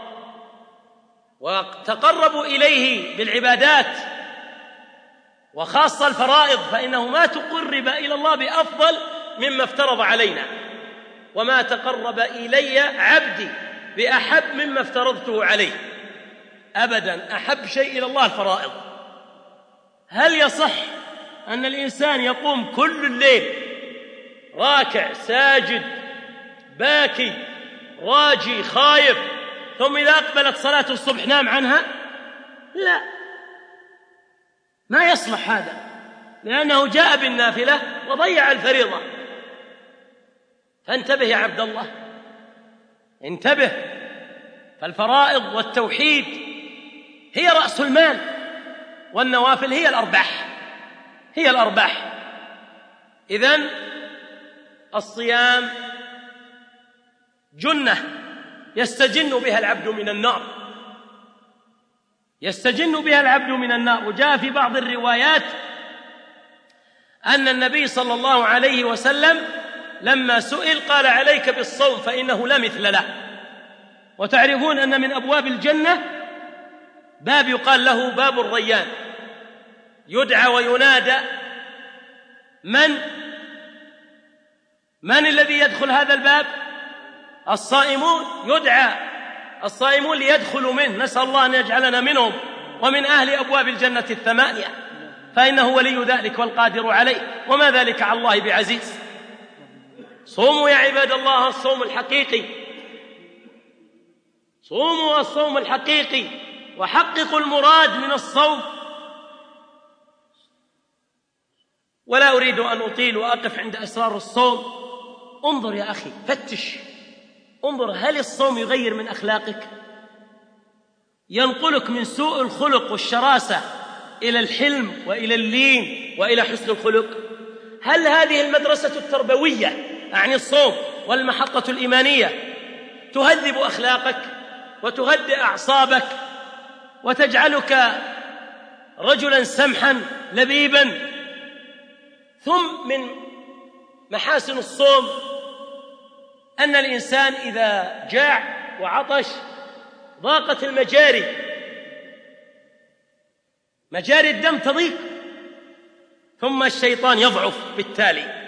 وتقربوا إليه بالعبادات، وخاصة الفرائض، فإنه ما تقرب إلى الله بأفضل مما افترض علينا، وما تقرب إلي عبدي بأحب مما افترضته عليه أبدا. أحب شيء إلى الله الفرائض. هل يصح أن الإنسان يقوم كل الليل راكع ساجد باكي راجي خايف، ثم إذا أقبلت صلاة الصبح نام عنها؟ لا، ما يصلح هذا، لأنه جاء بالنافلة وضيع الفريضة. فانتبه يا عبد الله، انتبه، فالفرائض والتوحيد هي رأس المال، والنوافل هي الأرباح. إذن الصيام جنة يستجن بها العبد من النار. وجاء في بعض الروايات أن النبي صلى الله عليه وسلم لما سئل قال: عليك بالصوم فإنه لا مثل له. وتعرفون أن من أبواب الجنة باب يقال له باب الريان، يدعى وينادى: من الذي يدخل هذا الباب؟ الصائمون. يدعى الصائمون ليدخلوا منه، نسأل الله أن يجعلنا منهم ومن أهل أبواب الجنة 8، فإنه ولي ذلك والقادر عليه، وما ذلك على الله بعزيز. صوموا يا عباد الله الصوم الحقيقي، صوموا الصوم الحقيقي، وحققوا المراد من الصوم. ولا أريد أن أطيل وأقف عند أسرار الصوم. انظر يا أخي، فتش، انظر، هل الصوم يغير من أخلاقك؟ ينقلك من سوء الخلق والشراسة إلى الحلم وإلى اللين وإلى حسن الخلق؟ هل هذه المدرسة التربوية عن الصوم والمحطة الإيمانية تهذب أخلاقك وتهدئ أعصابك وتجعلك رجلا سمحا لبيبا؟ ثم من محاسن الصوم أن الإنسان إذا جاع وعطش ضاقت مجاري الدم تضيق، ثم الشيطان يضعف بالتالي.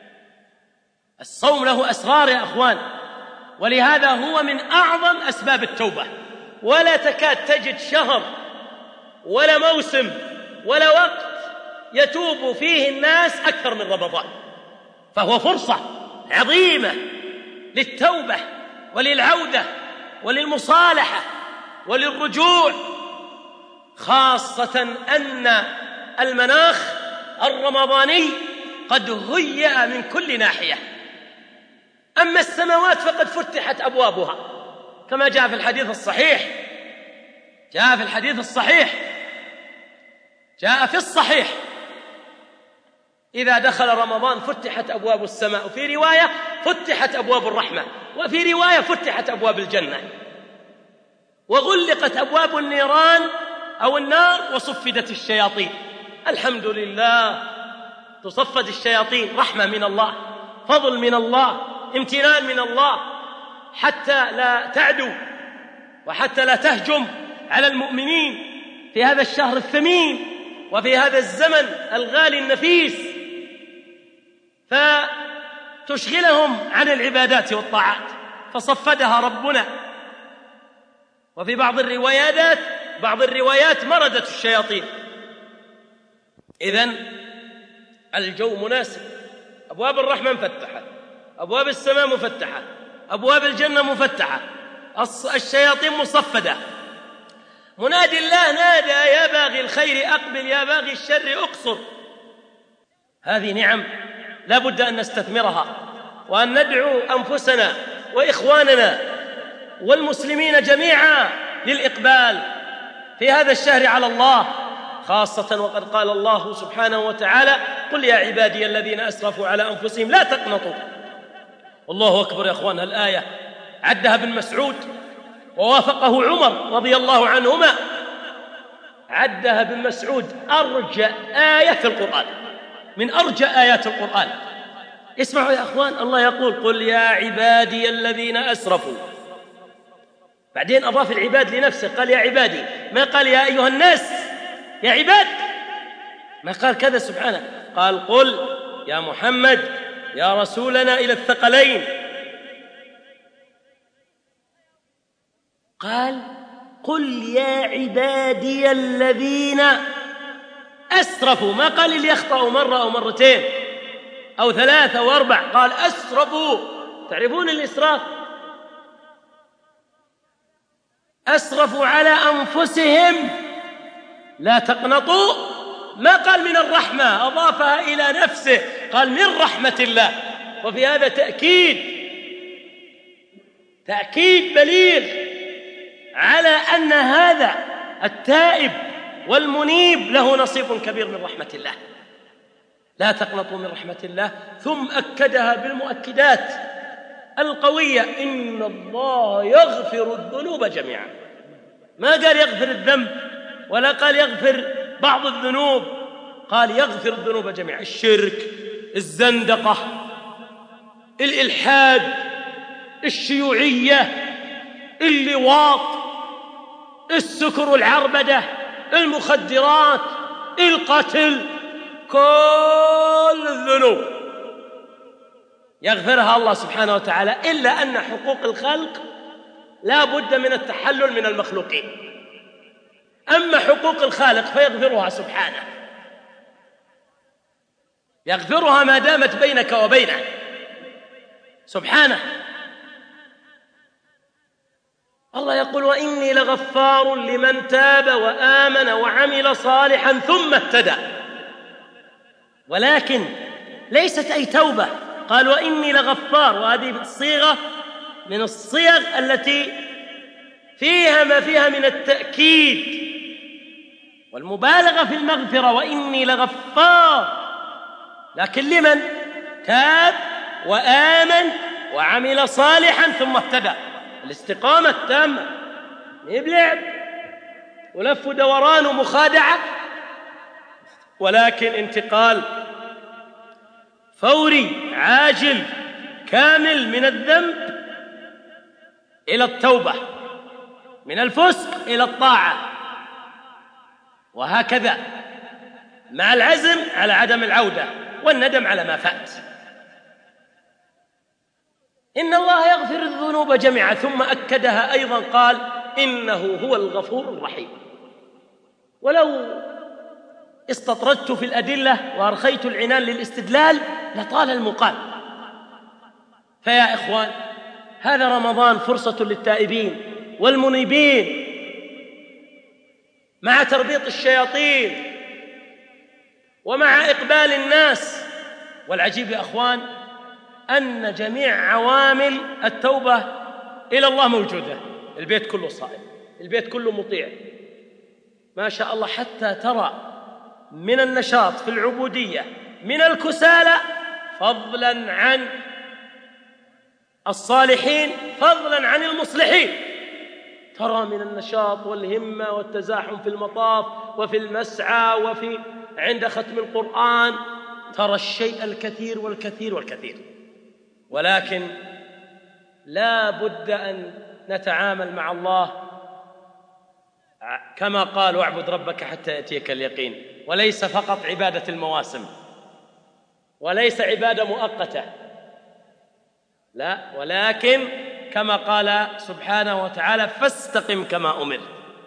الصوم له أسرار يا أخوان، ولهذا هو من أعظم أسباب التوبة. ولا تكاد تجد شهر ولا موسم ولا وقت يتوب فيه الناس أكثر من رمضان، فهو فرصة عظيمة للتوبة وللعودة وللمصالحة وللرجوع، خاصة أن المناخ الرمضاني قد هيأ من كل ناحية. أما السماوات فقد فتحت أبوابها كما جاء في الحديث الصحيح إذا دخل رمضان فتحت أبواب السماء، وفي رواية فتحت أبواب الرحمة، وفي رواية فتحت أبواب الجنة، وغلقت أبواب النيران أو النار وصفدت الشياطين. الحمد لله، تصفد الشياطين، رحمة من الله، فضل من الله، امتنان من الله، حتى لا تعدو وحتى لا تهجم على المؤمنين في هذا الشهر الثمين وفي هذا الزمن الغالي النفيس، فتشغلهم عن العبادات والطاعات، فصفدها ربنا. وفي بعض الروايات مردت الشياطين. إذن الجو مناسب، أبواب الرحمة مفتحة، أبواب السماء مفتحة، أبواب الجنة مفتحة، الشياطين مصفدة. منادي الله نادى: يا باغي الخير أقبل، يا باغي الشر أقصر. هذه نعم لا بد أن نستثمرها وأن ندعو أنفسنا وإخواننا والمسلمين جميعا للإقبال في هذا الشهر على الله، خاصة وقد قال الله سبحانه وتعالى: قل يا عبادي الذين أسرفوا على أنفسهم لا تقنطوا. الله أكبر يا أخوان، الآية عدها ابن مسعود ووافقه عمر رضي الله عنهما، عدها ابن مسعود أرجى آية في القرآن، من أرجى آيات القرآن. اسمعوا يا أخوان، الله يقول: قل يا عبادي الذين أسرفوا، بعدين أضاف العباد لنفسه، قال يا عبادي، ما قال يا أيها الناس يا عباد، ما قال كذا سبحانه، قال: قل يا محمد يا رسولنا إلى الثقلين، قال: قل يا عبادي الذين أسرفوا، ما قال اللي يخطأوا مرة أو مرتين أو ثلاثة أو أربع، قال أسرفوا. تعرفون الإسراف؟ أسرفوا على أنفسهم لا تقنطوا، ما قال من الرحمة، أضافها إلى نفسه، قال من رحمة الله. وفي هذا تأكيد بليغ على أن هذا التائب والمنيب له نصيب كبير من رحمة الله. لا تقنطوا من رحمة الله، ثم أكدها بالمؤكدات القوية: إن الله يغفر الذنوب جميعا. ما قال يغفر الذنب ولا قال يغفر بعض الذنوب، قال يغفر الذنوب جميعا: الشرك، الزندقة، الإلحاد، الشيوعية، اللواط، السكر والعربدة، المخدرات، القتل، كل الذنوب يغفرها الله سبحانه وتعالى، إلا أن حقوق الخلق لا بد من التحلل من المخلوقين. أما حقوق الخالق فيغفرها سبحانه، يغفرها ما دامت بينك وبينه سبحانه. الله يقول: وإني لغفار لمن تاب وآمن وعمل صالحا ثم اهتدى. ولكن ليست أي توبة، قال: وإني لغفار، وهذه الصيغة من الصيغ التي فيها ما فيها من التأكيد والمبالغة في المغفرة. وإني لغفار، لكن لمن تاب وآمن وعمل صالحا ثم اهتدى. الاستقامة التامة، بلعب ولف ودوران ومخادعة، ولكن انتقال فوري عاجل كامل من الذنب إلى التوبة، من الفسق إلى الطاعة، وهكذا مع العزم على عدم العودة والندم على ما فات. إن الله يغفر الذنوب جميعا، ثم أكدها أيضا قال: إنه هو الغفور الرحيم. ولو استطردت في الأدلة وأرخيت العنان للاستدلال لطال المقال. فيا إخوان، هذا رمضان فرصة للتائبين والمنيبين مع تربيط الشياطين ومع إقبال الناس. والعجيب يا أخوان أن جميع عوامل التوبة إلى الله موجودة. البيت كله صائم، البيت كله مطيع، ما شاء الله، حتى ترى من النشاط في العبودية من الكسالى، فضلا عن الصالحين، فضلا عن المصلحين. ترى من النشاط والهمة والتزاحم في المطاف وفي المسعى وفي عند ختم القرآن، ترى الشيء الكثير والكثير والكثير. ولكن لا بد أن نتعامل مع الله كما قال: واعبد ربك حتى يأتيك اليقين. وليس فقط عبادة المواسم، وليس عبادة مؤقتة، لا، ولكن كما قال سبحانه وتعالى: فاستقم كما أمرت.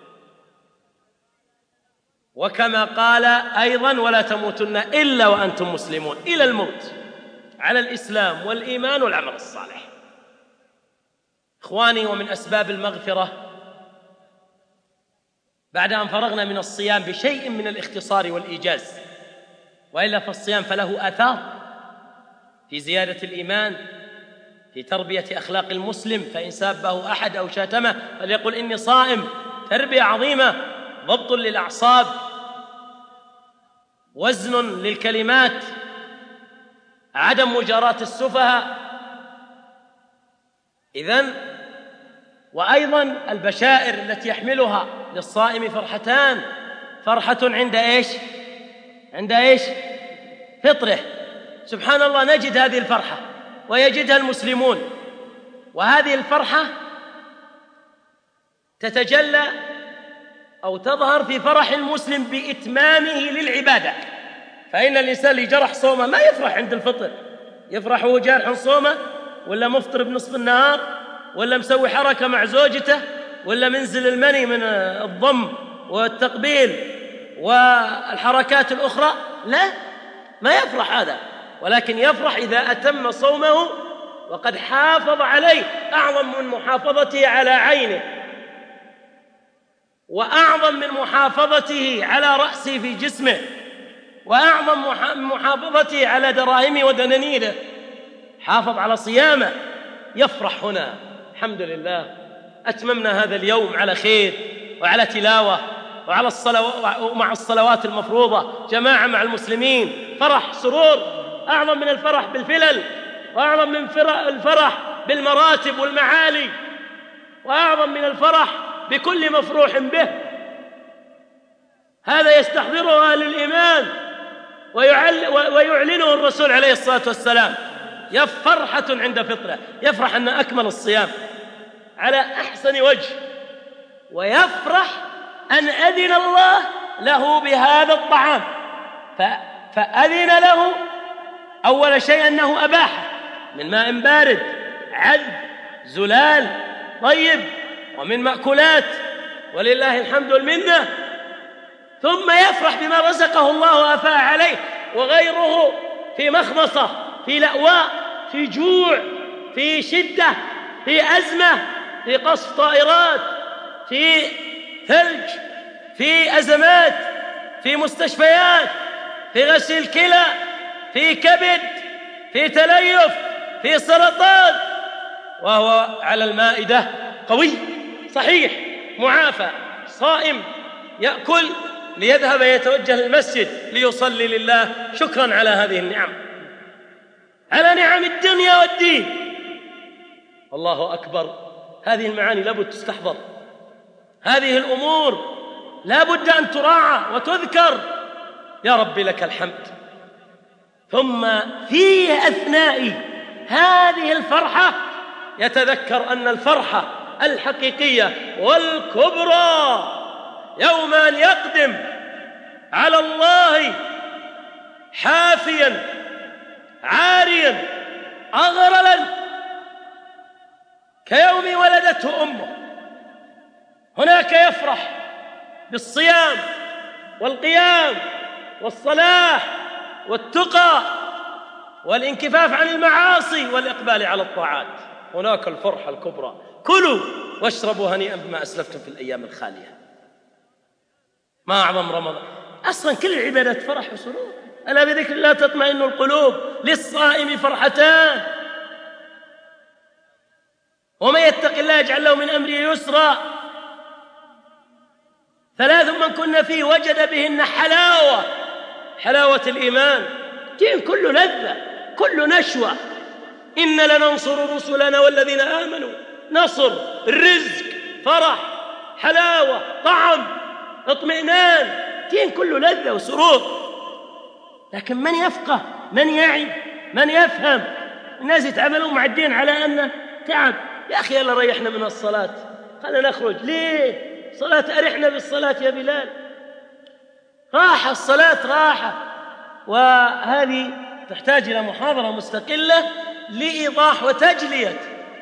وكما قال أيضا: ولا تموتن إلا وأنتم مسلمون، إلى الموت على الإسلام والإيمان والعمل الصالح. إخواني، ومن أسباب المغفرة بعد أن فرغنا من الصيام بشيء من الاختصار والإيجاز، وإلا فالصيام فله آثار في زيادة الإيمان في تربية أخلاق المسلم، فإن سابه أحد أو شاتمه فليقل إني صائم. تربية عظيمة، ضبط للأعصاب، وزن للكلمات، عدم مجاراة السفهاء. إذن وأيضا البشائر التي يحملها للصائم فرحتان: فرحة عند إيش؟ عند إيش؟ فطره. سبحان الله، نجد هذه الفرحة ويجدها المسلمون، وهذه الفرحة تتجلى أو تظهر في فرح المسلم بإتمامه للعبادة. فإن الإنسان اللي جرح صومه ما يفرح عند الفطر، يفرح وهو جارح صومه، ولا مفطر بنصف النهار، ولا مسوي حركة مع زوجته، ولا منزل المني من الضم والتقبيل والحركات الأخرى. لا، ما يفرح هذا، ولكن يفرح إذا أتم صومه وقد حافظ عليه، أعظم من محافظته على عينه، وأعظم من محافظته على رأسه في جسمه، وأعظم من محافظته على دراهمه ودنانيره. حافظ على صيامه، يفرح هنا: الحمد لله، أتممنا هذا اليوم على خير وعلى تلاوة وعلى مع الصلوات المفروضة، جماعة مع المسلمين، فرح، سرور، أعظم من الفرح بالفلل، وأعظم من الفرح بالمراتب والمعالي، وأعظم من الفرح بكل مفروح به. هذا يستحضره أهل الإيمان ويعلنه الرسول عليه الصلاة والسلام: فرحة عند فطره، يفرح أن أكمل الصيام على أحسن وجه، ويفرح أن أذن الله له بهذا الطعام. فأذن له أول شيء أنه أباحه من ماء بارد عذب زلال طيب، ومن مأكولات، ولله الحمد والمنة. ثم يفرح بما رزقه الله وأفاء عليه، وغيره في مخمصة، في لأواء، في جوع، في شدة، في أزمة، في قصف طائرات، في ثلج، في أزمات، في مستشفيات، في غسيل كلى، في كبد، في تليف، في سرطان، وهو على المائدة قوي صحيح معافى صائم، يأكل ليذهب يتوجه للمسجد ليصلي لله شكرا على هذه النعم، على نعم الدنيا والدين. الله أكبر، هذه المعاني لابد تستحضر، هذه الأمور لابد أن تراعى وتذكر. يا رب لك الحمد. ثم في أثناء هذه الفرحة يتذكر أن الفرحة الحقيقية والكبرى يوم أن يقدم على الله حافيا عاريا أغرلا كيوم ولدته أمه. هناك يفرح بالصيام والقيام والصلاة والتقى والانكفاف عن المعاصي والإقبال على الطاعات. هناك الفرحة الكبرى: كلوا واشربوا هنيئا بما أسلفتم في الأيام الخالية. ما أعظم رمضان، أصلا كل العبادات فرح وسرور. ألا بذكر الله تطمئن القلوب. للصائم فرحتان: ومن يتق الله يجعل له من أمره يسرا. 3 من كنا فيه وجد بهن حلاوة الإيمان. دين كله لذة، كله نشوة. إن لننصر رسلنا والذين آمنوا. نصر، رزق، فرح، حلاوة، طعم، اطمئنان. دين كله لذة وسرور. لكن من يفقه، من يعي، من يفهم؟ الناس يتعاملوا مع الدين على أنه تعب. يا أخي يلا ريحنا من الصلاة، خلنا نخرج. ليه؟ صلاة، أرحنا بالصلاة يا بلال. راحة الصلاة، راحة. وهذه تحتاج إلى محاضرة مستقلة لإيضاح وتجلية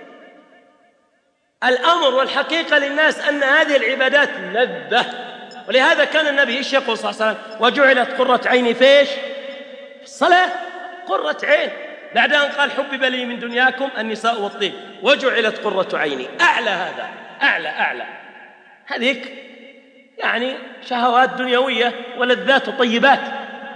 الأمر والحقيقة للناس أن هذه العبادات لذة. ولهذا كان النبي إيش يقول صلى الله عليه وسلم: وجعلت قرة عيني فيش؟ في الصلاة. قرة عين، بعد أن قال: حبب لي من دنياكم النساء والطيب، وجعلت قرة عيني. أعلى هذا، أعلى. هذيك يعني شهوات دنيوية ولذات وطيبات،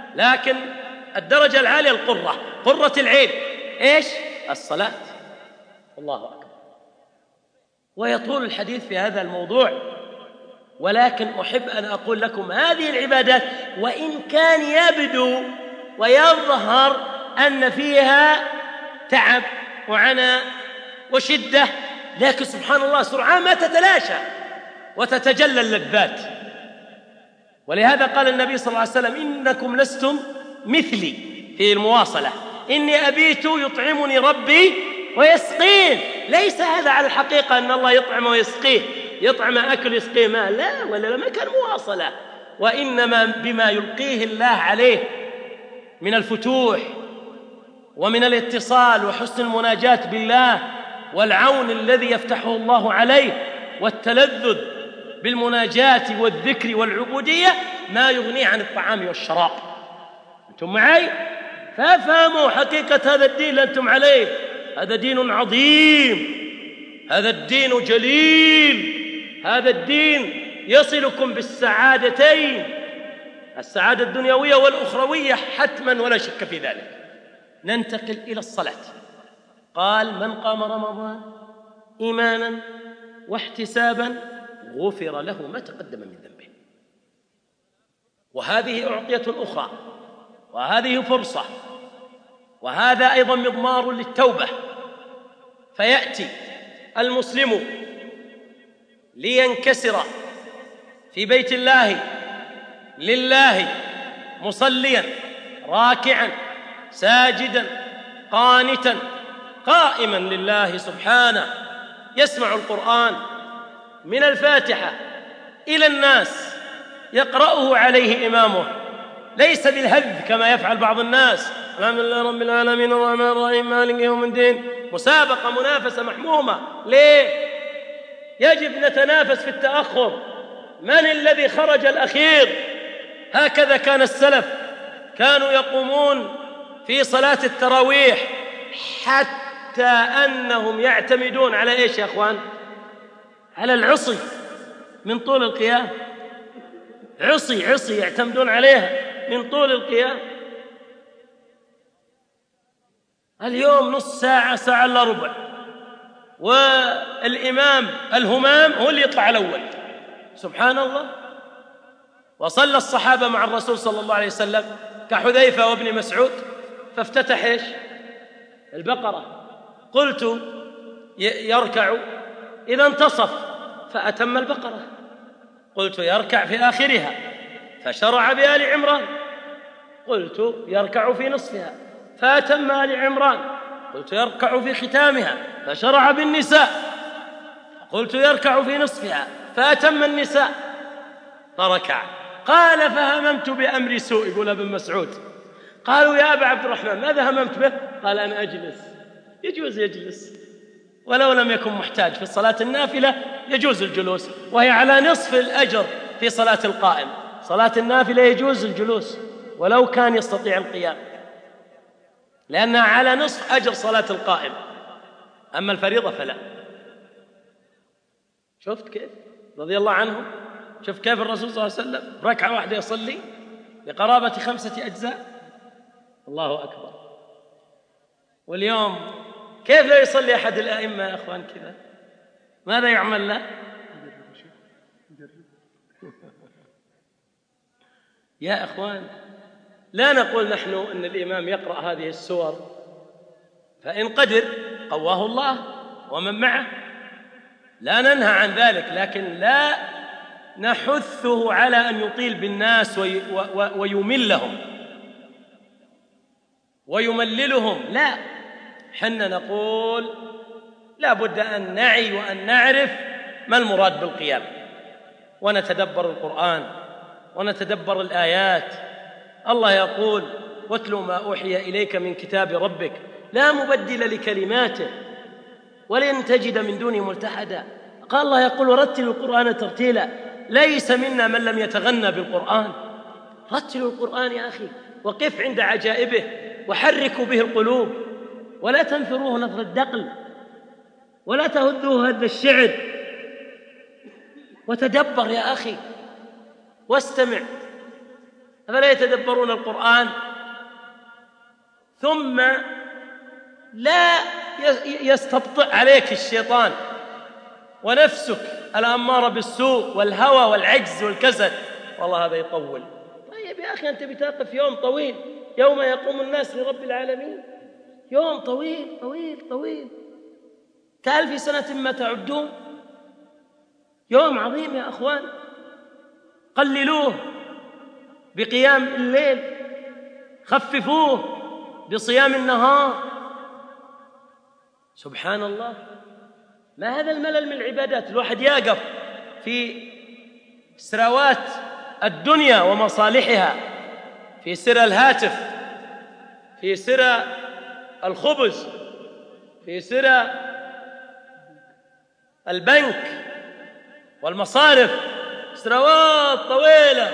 لكن الدرجة العالية القرة، قرة العين إيش؟ الصلاة. الله أكبر. ويطول الحديث في هذا الموضوع، ولكن أحب أن أقول لكم هذه العبادات وإن كان يبدو ويظهر أن فيها تعب وعناء وشدة، لكن سبحان الله سرعان ما تتلاشى وتتجلى اللذات. ولهذا قال النبي صلى الله عليه وسلم: إنكم لستم مثلي، في المواصلة: إني أبيت يطعمني ربي ويسقين. ليس هذا على الحقيقة أن الله يطعم ويسقيه، يطعم أكل يسقيه ماء، لا، ولا ما كان مواصلة، وإنما بما يلقيه الله عليه من الفتوح ومن الاتصال وحسن المناجاة بالله والعون الذي يفتحه الله عليه والتلذذ بالمناجاة والذكر والعبودية ما يغني عن الطعام والشراب. أنتم معي؟ فافهموا حقيقة هذا الدين اللي أنتم عليه. هذا دين عظيم، هذا الدين جليل، هذا الدين يصلكم بالسعادتين، السعادة الدنيوية والأخروية حتما ولا شك في ذلك. ننتقل إلى الصلاة. قال: من قام رمضان إيمانا واحتسابا غفر له ما تقدم من ذنبه. وهذه أعطية أخرى، وهذه فرصة، وهذا أيضا مضمار للتوبة. فيأتي المسلم لينكسر في بيت الله لله مصليا راكعا ساجدا قانتا قائما لله سبحانه، يسمع القرآن من الفاتحة إلى الناس، يقرأه عليه إمامه، ليس بالهذ كما يفعل بعض الناس: الحمد لله رب العالمين الرحمن الرحيم مالك يوم الدين. مسابقة، منافسة محمومة. ليه؟ يجب نتنافس في التأخر. من الذي خرج الأخير؟ هكذا كان السلف، كانوا يقومون في صلاة التراويح حتى أنهم يعتمدون على إيش يا أخوان؟ على العصي من طول القيام. عصي يعتمدون عليها من طول القيام. اليوم نص ساعة، ساعة إلا ربع، والإمام الهمام هو اللي يطلع الأول. سبحان الله. وصلى الصحابة مع الرسول صلى الله عليه وسلم كحذيفة وابن مسعود، فافتتح إيش؟ البقرة. قلت يركع إذا انتصف فأتم البقرة. قلت يركع في آخرها فشرع بآل عمران. قلت يركع في نصفها فأتم آل عمران. قلت يركع في ختامها فشرع بالنساء. قلت يركع في نصفها فأتم النساء فركع. قال: فهممت بأمر سوء. يقول ابن مسعود: قالوا: يا أبا عبد الرحمن ماذا هممت به؟ قال: أنا أجلس. يجوز يجلس، ولو لم يكن محتاج. في الصلاة النافلة يجوز الجلوس، وهي على نصف الأجر في صلاة القائم. صلاة النافلة يجوز الجلوس ولو كان يستطيع القيام، لأنها على نصف أجر صلاة القائم. أما الفريضة فلا. شفت كيف؟ رضي الله عنه. شوف كيف الرسول صلى الله عليه وسلم ركعة واحدة يصلي بقرابة 5 أجزاء. الله أكبر. واليوم كيف لا يصلي أحد الأئمة يا أخوان كذا؟ ماذا يعمل له؟ يا أخوان، لا نقول نحن أن الإمام يقرأ هذه السور، فإن قدر قواه الله ومن معه، لا ننهى عن ذلك، لكن لا نحثه على أن يطيل بالناس ويملهم ويمللهم. لا، حنا نقول لا بد أن نعي وأن نعرف ما المراد بالقيام، ونتدبر القرآن ونتدبر الآيات. الله يقول: واتل ما أوحي إليك من كتاب ربك لا مبدل لكلماته ولن تجد من دونه ملتحدا. قال الله يقول: ورتل القرآن ترتيلا. ليس منا من لم يتغنى بالقرآن. رتلوا القرآن يا أخي، وقف عند عجائبه، وحركوا به القلوب، ولا تنثروه نثر الدقل، ولا تهدوه هد الشعر. وتدبر يا أخي واستمع. أفلا يتدبرون القرآن؟ ثم لا يستبطئ عليك الشيطان ونفسك الأمارة بالسوء والهوى والعجز والكسل، والله هذا يطول. طيب يا أخي، أنت بتقف يوم طويل، يوم يقوم الناس لرب العالمين، يوم طويل طويل طويل كألف سنة ما تعدون، يوم عظيم يا أخوان. قللوه بقيام الليل، خففوه بصيام النهار. سبحان الله، ما هذا الملل من العبادات؟ الواحد يقف في سراوات الدنيا ومصالحها، في سر الهاتف، في سر الخبز، في سر البنك والمصارف، سنوات طويلة،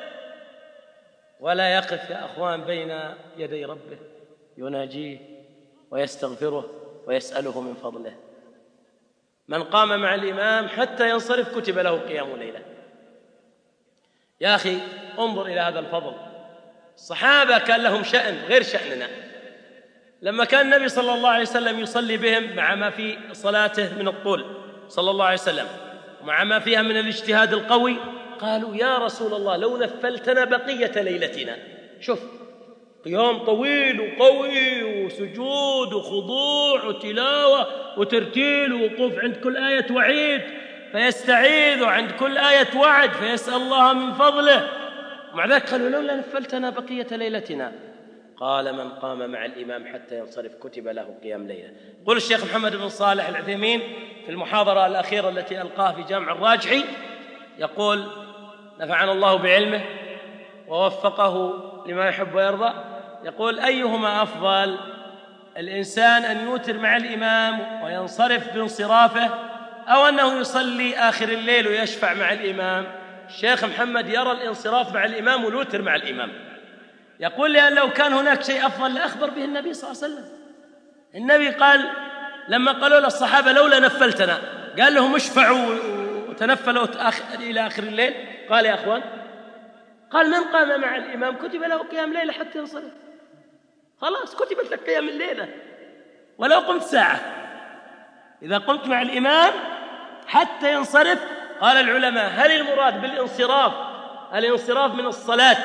ولا يقف يا أخوان بين يدي ربه يناجيه ويستغفره ويسأله من فضله. من قام مع الإمام حتى ينصرف كتب له قيام ليلة. يا أخي انظر إلى هذا الفضل. الصحابة كان لهم شأن غير شأننا. لما كان النبي صلى الله عليه وسلم يصلي بهم مع ما في صلاته من الطول صلى الله عليه وسلم ومع ما فيها من الاجتهاد القوي، قالوا يا رسول الله لو نفلتنا بقية ليلتنا. شوف، قيام طويل وقوي وسجود وخضوع وتلاوة وترتيل ووقوف عند كل آية وعيد فيستعيذ، وعند كل آية وعد فيسأل الله من فضله. ومع ذلك قالوا لولا نفلتنا بقية ليلتنا. قال من قام مع الإمام حتى ينصرف كتب له قيام ليلة. قل الشيخ محمد بن صالح العثيمين في المحاضرة الأخيرة التي ألقاها في جامع الراجحي، يقول نفعنا الله بعلمه ووفقه لما يحب ويرضى، يقول أيهما أفضل، الإنسان أن يوتر مع الإمام وينصرف بانصرافه، أو أنه يصلي آخر الليل ويشفع مع الإمام؟ الشيخ محمد يرى الانصراف مع الإمام والوتر مع الإمام. يقول لأن لو كان هناك شيء أفضل لأخبر به النبي صلى الله عليه وسلم. النبي قال لما قالوا للصحابة لولا نفلتنا، قال لهم اشفعوا وتنفلوا إلى آخر الليل. قال يا أخوان، قال من قام مع الإمام كتب له قيام ليلة حتى ينصرف. خلاص كتبت لك قيام الليلة ولو قمت ساعة، إذا قمت مع الإمام حتى ينصرف. قال العلماء هل المراد بالانصراف الانصراف من الصلاة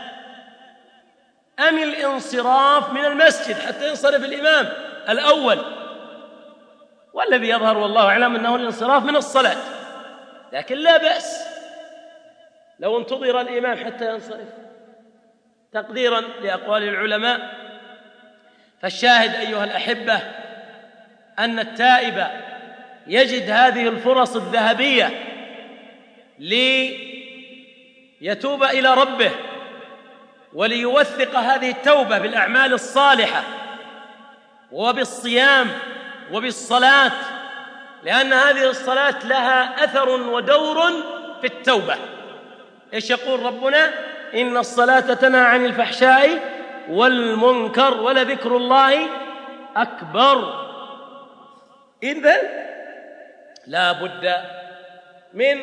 أم الانصراف من المسجد حتى ينصرف الإمام الأول؟ والذي يظهر والله أعلم أنه الانصراف من الصلاة، لكن لا بأس لو انتظر الإمام حتى ينصرف تقديرا لأقوال العلماء. فالشاهد أيها الأحبة أن التائب يجد هذه الفرص الذهبية ليتوب إلى ربه وليوثق هذه التوبة بالأعمال الصالحة وبالصيام وبالصلاة، لأن هذه الصلاة لها أثر ودور في التوبة. إيش يقول ربنا؟ إن الصلاة تنهى عن الفحشاء والمنكر ولذكر الله أكبر. إذن لا بد من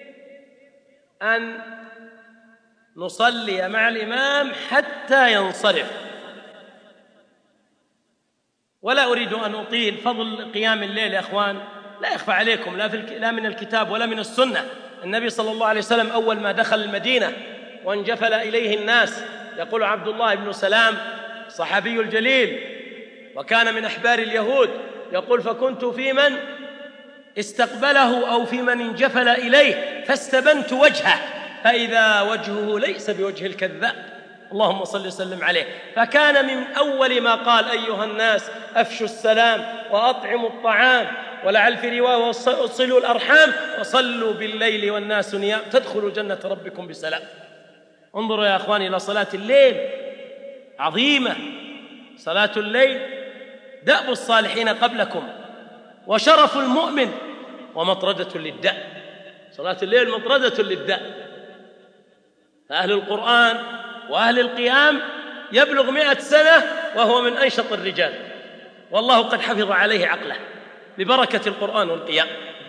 أن نصلي مع الإمام حتى ينصرف. ولا أريد أن أطيل. فضل قيام الليل يا أخوان لا يخفى عليكم، لا من الكتاب ولا من السنة. النبي صلى الله عليه وسلم أول ما دخل المدينة وانجفل إليه الناس، يقول عبد الله بن سلام صحابي الجليل وكان من أحبار اليهود، يقول فكنت في من استقبله أو في من انجفل إليه فاستبنت وجهه فإذا وجهه ليس بوجه الكذاب، اللهم صل وسلم عليه. فكان من أول ما قال أيها الناس أفشوا السلام وأطعموا الطعام، ولعل في رواية وصلوا الأرحام وصلوا بالليل والناس نيام تدخلوا جنة ربكم بسلام. انظروا يا أخواني إلى صلاة الليل عظيمة. صلاة الليل دأب الصالحين قبلكم وشرف المؤمن ومطردة للداء. صلاة الليل مطردة للداء. فأهل القرآن وأهل القيام يبلغ 100 سنة وهو من أنشط الرجال، والله قد حفظ عليه عقله ببركة القرآن والقيام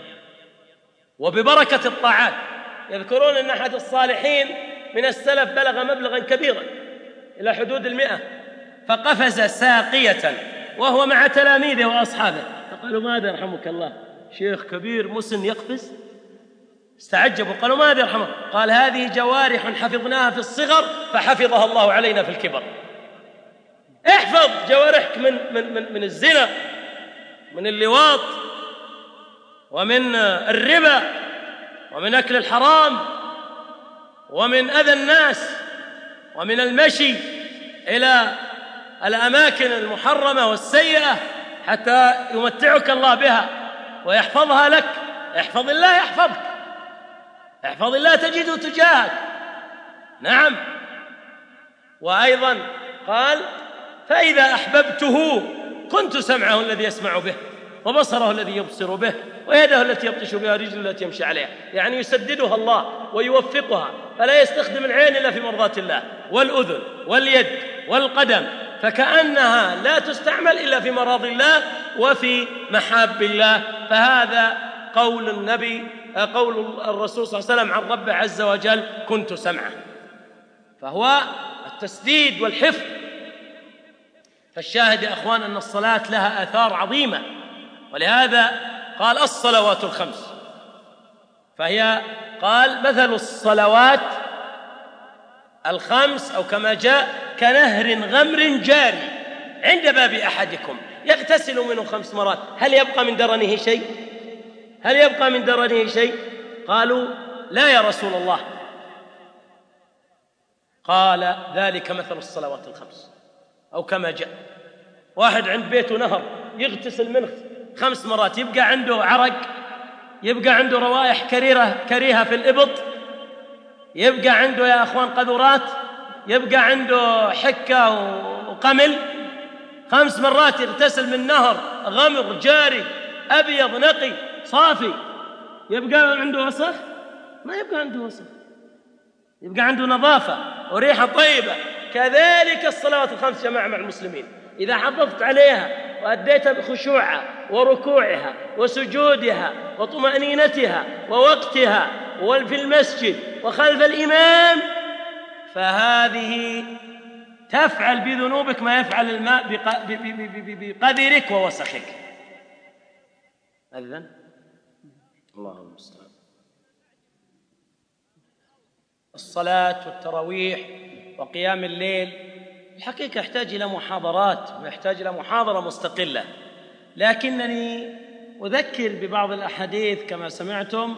وببركة الطاعات. يذكرون أن أحد الصالحين من السلف بلغ مبلغا كبيرا إلى حدود 100، فقفز ساقية وهو مع تلاميذه وأصحابه، فقالوا ماذا يرحمك الله؟ شيخ كبير مسن يقفز؟ استعجبوا، قالوا ماذا يرحمك؟ قال هذه جوارح حفظناها في الصغر فحفظها الله علينا في الكبر. احفظ جوارحك من الزنا، من اللواط، ومن الربا، ومن أكل الحرام، ومن أذى الناس، ومن المشي إلى الأماكن المحرمة والسيئة حتى يمتعك الله بها ويحفظها لك. احفظ الله يحفظك، احفظ الله تجده تجاهك. نعم. وأيضا قال فإذا أحببته كنت سمعه الذي يسمع به، وبصره الذي يبصر به، ويده التي يبطش بها، ورجله التي يمشي عليها. يعني يسددها الله ويوفقها، فلا يستخدم العين إلا في مرضاة الله، والأذن واليد والقدم، فكأنها لا تستعمل إلا في مراضي الله وفي محاب الله. فهذا قول النبي، قول الرسول صلى الله عليه وسلم عن ربه عز وجل كنت سمعه، فهو التسديد والحفظ. فالشاهد يا أخوان أن الصلاة لها آثار عظيمة، ولهذا قال الصلوات الخمس، فهي قال مثل الصلوات الخمس أو كما جاء كنهر غمر جاري عند باب أحدكم يغتسل منه 5 مرات، هل يبقى من درنه شيء؟ هل يبقى من درنه شيء؟ قالوا لا يا رسول الله. قال ذلك مثل الصلوات الخمس، أو كما جاء واحد عند بيته نهر يغتسل منه 5 مرات، يبقى عنده عرق، يبقى عنده روائح كريهة في الإبط، يبقى عنده يا أخوان قذورات، يبقى عنده حكة وقمل. 5 مرات يغتسل من نهر غمر جاري أبيض نقي صافي، يبقى عنده وسخ؟ ما يبقى عنده وسخ، يبقى عنده نظافة وريحة طيبة. كذلك الصلوات الخمس جماعة مع المسلمين، إذا حافظت عليها وأديتها بخشوعها وركوعها وسجودها وطمأنينتها ووقتها وفي المسجد وخلف الإمام، فهذه تفعل بذنوبك ما يفعل الماء بقدرك ووسخك. أذن الله المستعان. الصلاة والتراويح وقيام الليل الحقيقة يحتاج إلى محاضرات ويحتاج إلى محاضرة مستقلة، لكنني أذكر ببعض الأحاديث كما سمعتم،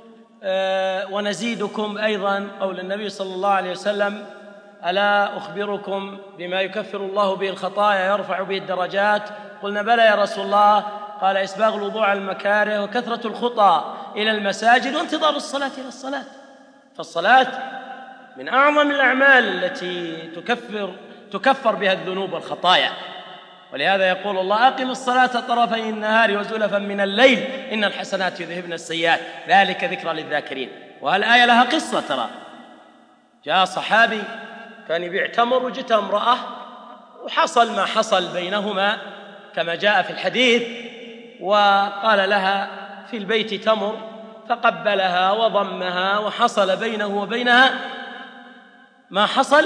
ونزيدكم أيضا قول النبي صلى الله عليه وسلم ألا أخبركم بما يكفر الله به الخطايا يرفع به الدرجات؟ قلنا بلى يا رسول الله. قال إسباغ الوضوء على المكاره، وكثرة الخطى إلى المساجد، وانتظار الصلاة إلى الصلاة. فالصلاة من أعظم الأعمال التي تكفر بها الذنوب والخطايا، ولهذا يقول الله أقم الصلاة طرفي النهار وزلفا من الليل إن الحسنات يذهبن السيئات ذلك ذكرى للذاكرين. وهالآية لها قصة، ترى جاء صحابي كان يبيع تمر وجت امرأة وحصل ما حصل بينهما كما جاء في الحديث، وقال لها في البيت تمر، فقبلها وضمها وحصل بينه وبينها ما حصل.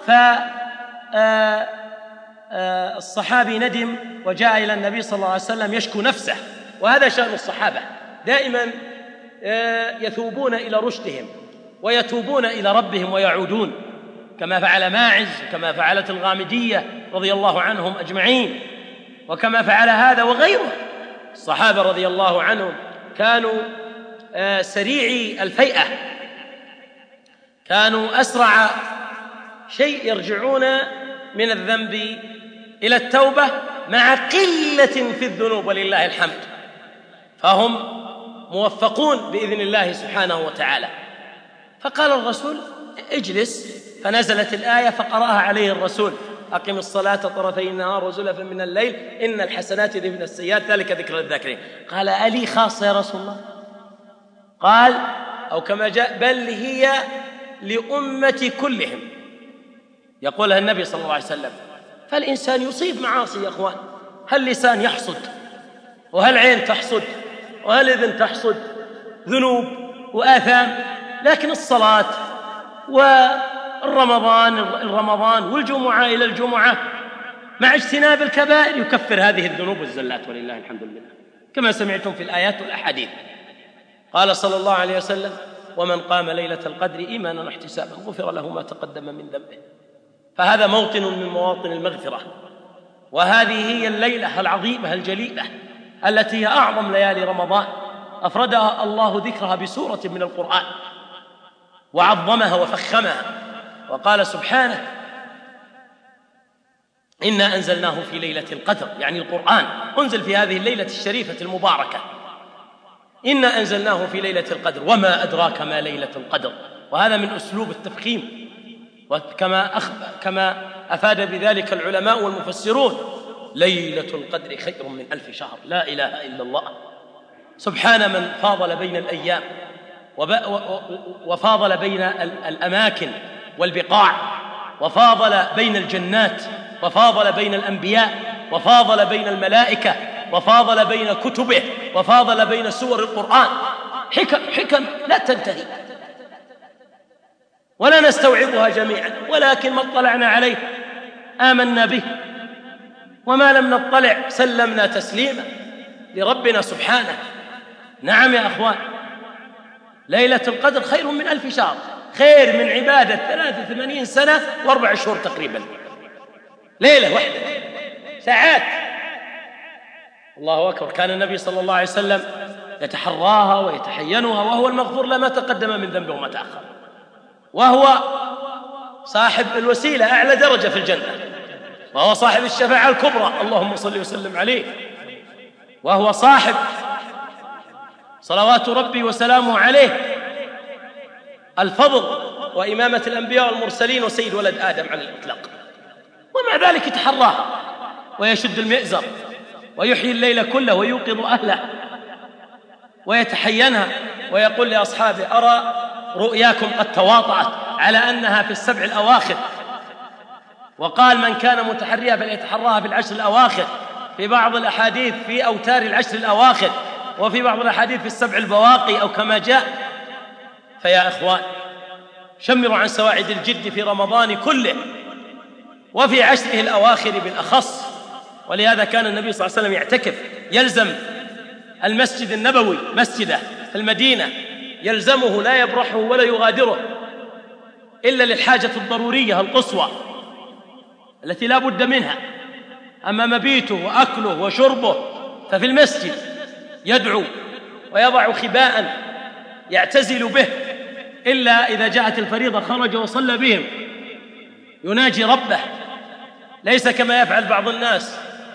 فالصحابي ندم وجاء إلى النبي صلى الله عليه وسلم يشكو نفسه. وهذا شأن الصحابة، دائما يثوبون إلى رشدهم ويتوبون إلى ربهم ويعودون، كما فعل ماعز وكما فعلت الغامدية رضي الله عنهم أجمعين، وكما فعل هذا وغيره. الصحابة رضي الله عنهم كانوا سريعي الفيئة، كانوا أسرع شيء يرجعون من الذنب إلى التوبة مع قلة في الذنوب ولله الحمد، فهم موفقون بإذن الله سبحانه وتعالى. فقال الرسول اجلس، فنزلت الآية فقرأها عليه الرسول أقم الصلاة طرفي النهار وزلفا من الليل إن الحسنات يذهبن السيئات ذلك ذكرى للذاكرين. قال ألي خاصة يا رسول الله؟ قال أو كما جاء بل هي لأمة كلهم، يقولها النبي صلى الله عليه وسلم. فالإنسان يصيب معاصي يا أخوان، هل لسان يحصد، وهل عين تحصد، وهل إذن تحصد ذنوب وآثام، لكن الصلاة والرمضان والجمعة إلى الجمعة مع اجتناب الكبائر يكفر هذه الذنوب والزلات، ولله الحمد لله، كما سمعتم في الآيات والأحاديث. قال صلى الله عليه وسلم: ومن قام ليلة القدر إيمانا واحتسابا غفر له ما تقدم من ذنبه. فهذا موطن من مواطن المغفرة، وهذه هي الليلة العظيمة الجليلة التي هي أعظم ليالي رمضان، أفردها الله ذكرها بسورة من القرآن وعظمها وفخمها، وقال سبحانه: إنا أنزلناه في ليلة القدر، يعني القرآن أنزل في هذه الليلة الشريفة المباركة. إنا أنزلناه في ليلة القدر وما أدراك ما ليلة القدر. وهذا من أسلوب التفخيم، كما أفاد بذلك العلماء والمفسرون: ليلة القدر خير من 1000 شهر. لا إله إلا الله. سبحان من فاضل بين الأيام وفاضل بين الأماكن والبقاع، وفاضل بين الجنات، وفاضل بين الأنبياء، وفاضل بين الملائكة، وفاضل بين كتبه، وفاضل بين سور القرآن. حكم لا تنتهي ولا نستوعبها جميعا، ولكن ما اطلعنا عليه آمنا به، وما لم نطلع سلمنا تسليما لربنا سبحانه. نعم يا أخوان، ليلة القدر خير من 1000 شهر، خير من عبادة 83 سنة و4 شهور تقريبا. ليلة واحدة، ساعات. الله أكبر. كان النبي صلى الله عليه وسلم يتحراها ويتحينها، وهو المغفور له ما تقدم من ذنبه وما تأخر، وهو صاحب الوسيلة أعلى درجة في الجنة، وهو صاحب الشفاعة الكبرى، اللهم صل وسلم عليه، وهو صاحب صلوات ربي وسلامه عليه الفضل وإمامة الأنبياء والمرسلين وسيد ولد آدم على الإطلاق، ومع ذلك يتحراها ويشد المئزر ويحيي الليل كله ويوقظ أهله ويتحينها، ويقول لأصحابه: أرى رؤياكم قد تواطأت على أنها في السبع الأواخر. وقال: من كان متحريها فليتحراها في العشر الأواخر، في بعض الأحاديث في أوتار العشر الأواخر، وفي بعض الأحاديث في السبع البواقي أو كما جاء. فيا إخوان، شمروا عن سواعد الجد في رمضان كله وفي عشره الأواخر بالأخص. ولهذا كان النبي صلى الله عليه وسلم يعتكف، يلزم المسجد النبوي مسجده في المدينة، يلزمه لا يبرحه ولا يغادره إلا للحاجة الضرورية القصوى التي لا بد منها. أما مبيته وأكله وشربه ففي المسجد، يدعو ويضع خباء يعتزل به، إلا إذا جاءت الفريضة خرج وصلى بهم يناجي ربه، ليس كما يفعل بعض الناس،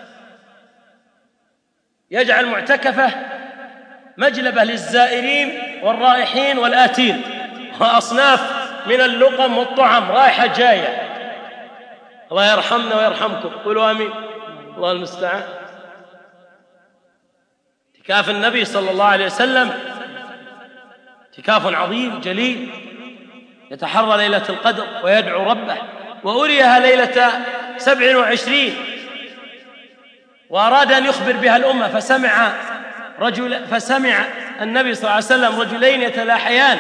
يجعل معتكفه مجلبة للزائرين والرائحين والآتين، وأصناف من اللقم والطعم رايحة جاية. الله يرحمنا ويرحمكم، قولوا آمين. الله المستعان. اعتكاف النبي صلى الله عليه وسلم اعتكاف عظيم جليل، يتحرى ليلة القدر ويدعو ربه، وأريها ليلة 27، وأراد أن يخبر بها الأمة، فسمع النبي صلى الله عليه وسلم رجلين يتلاحيان،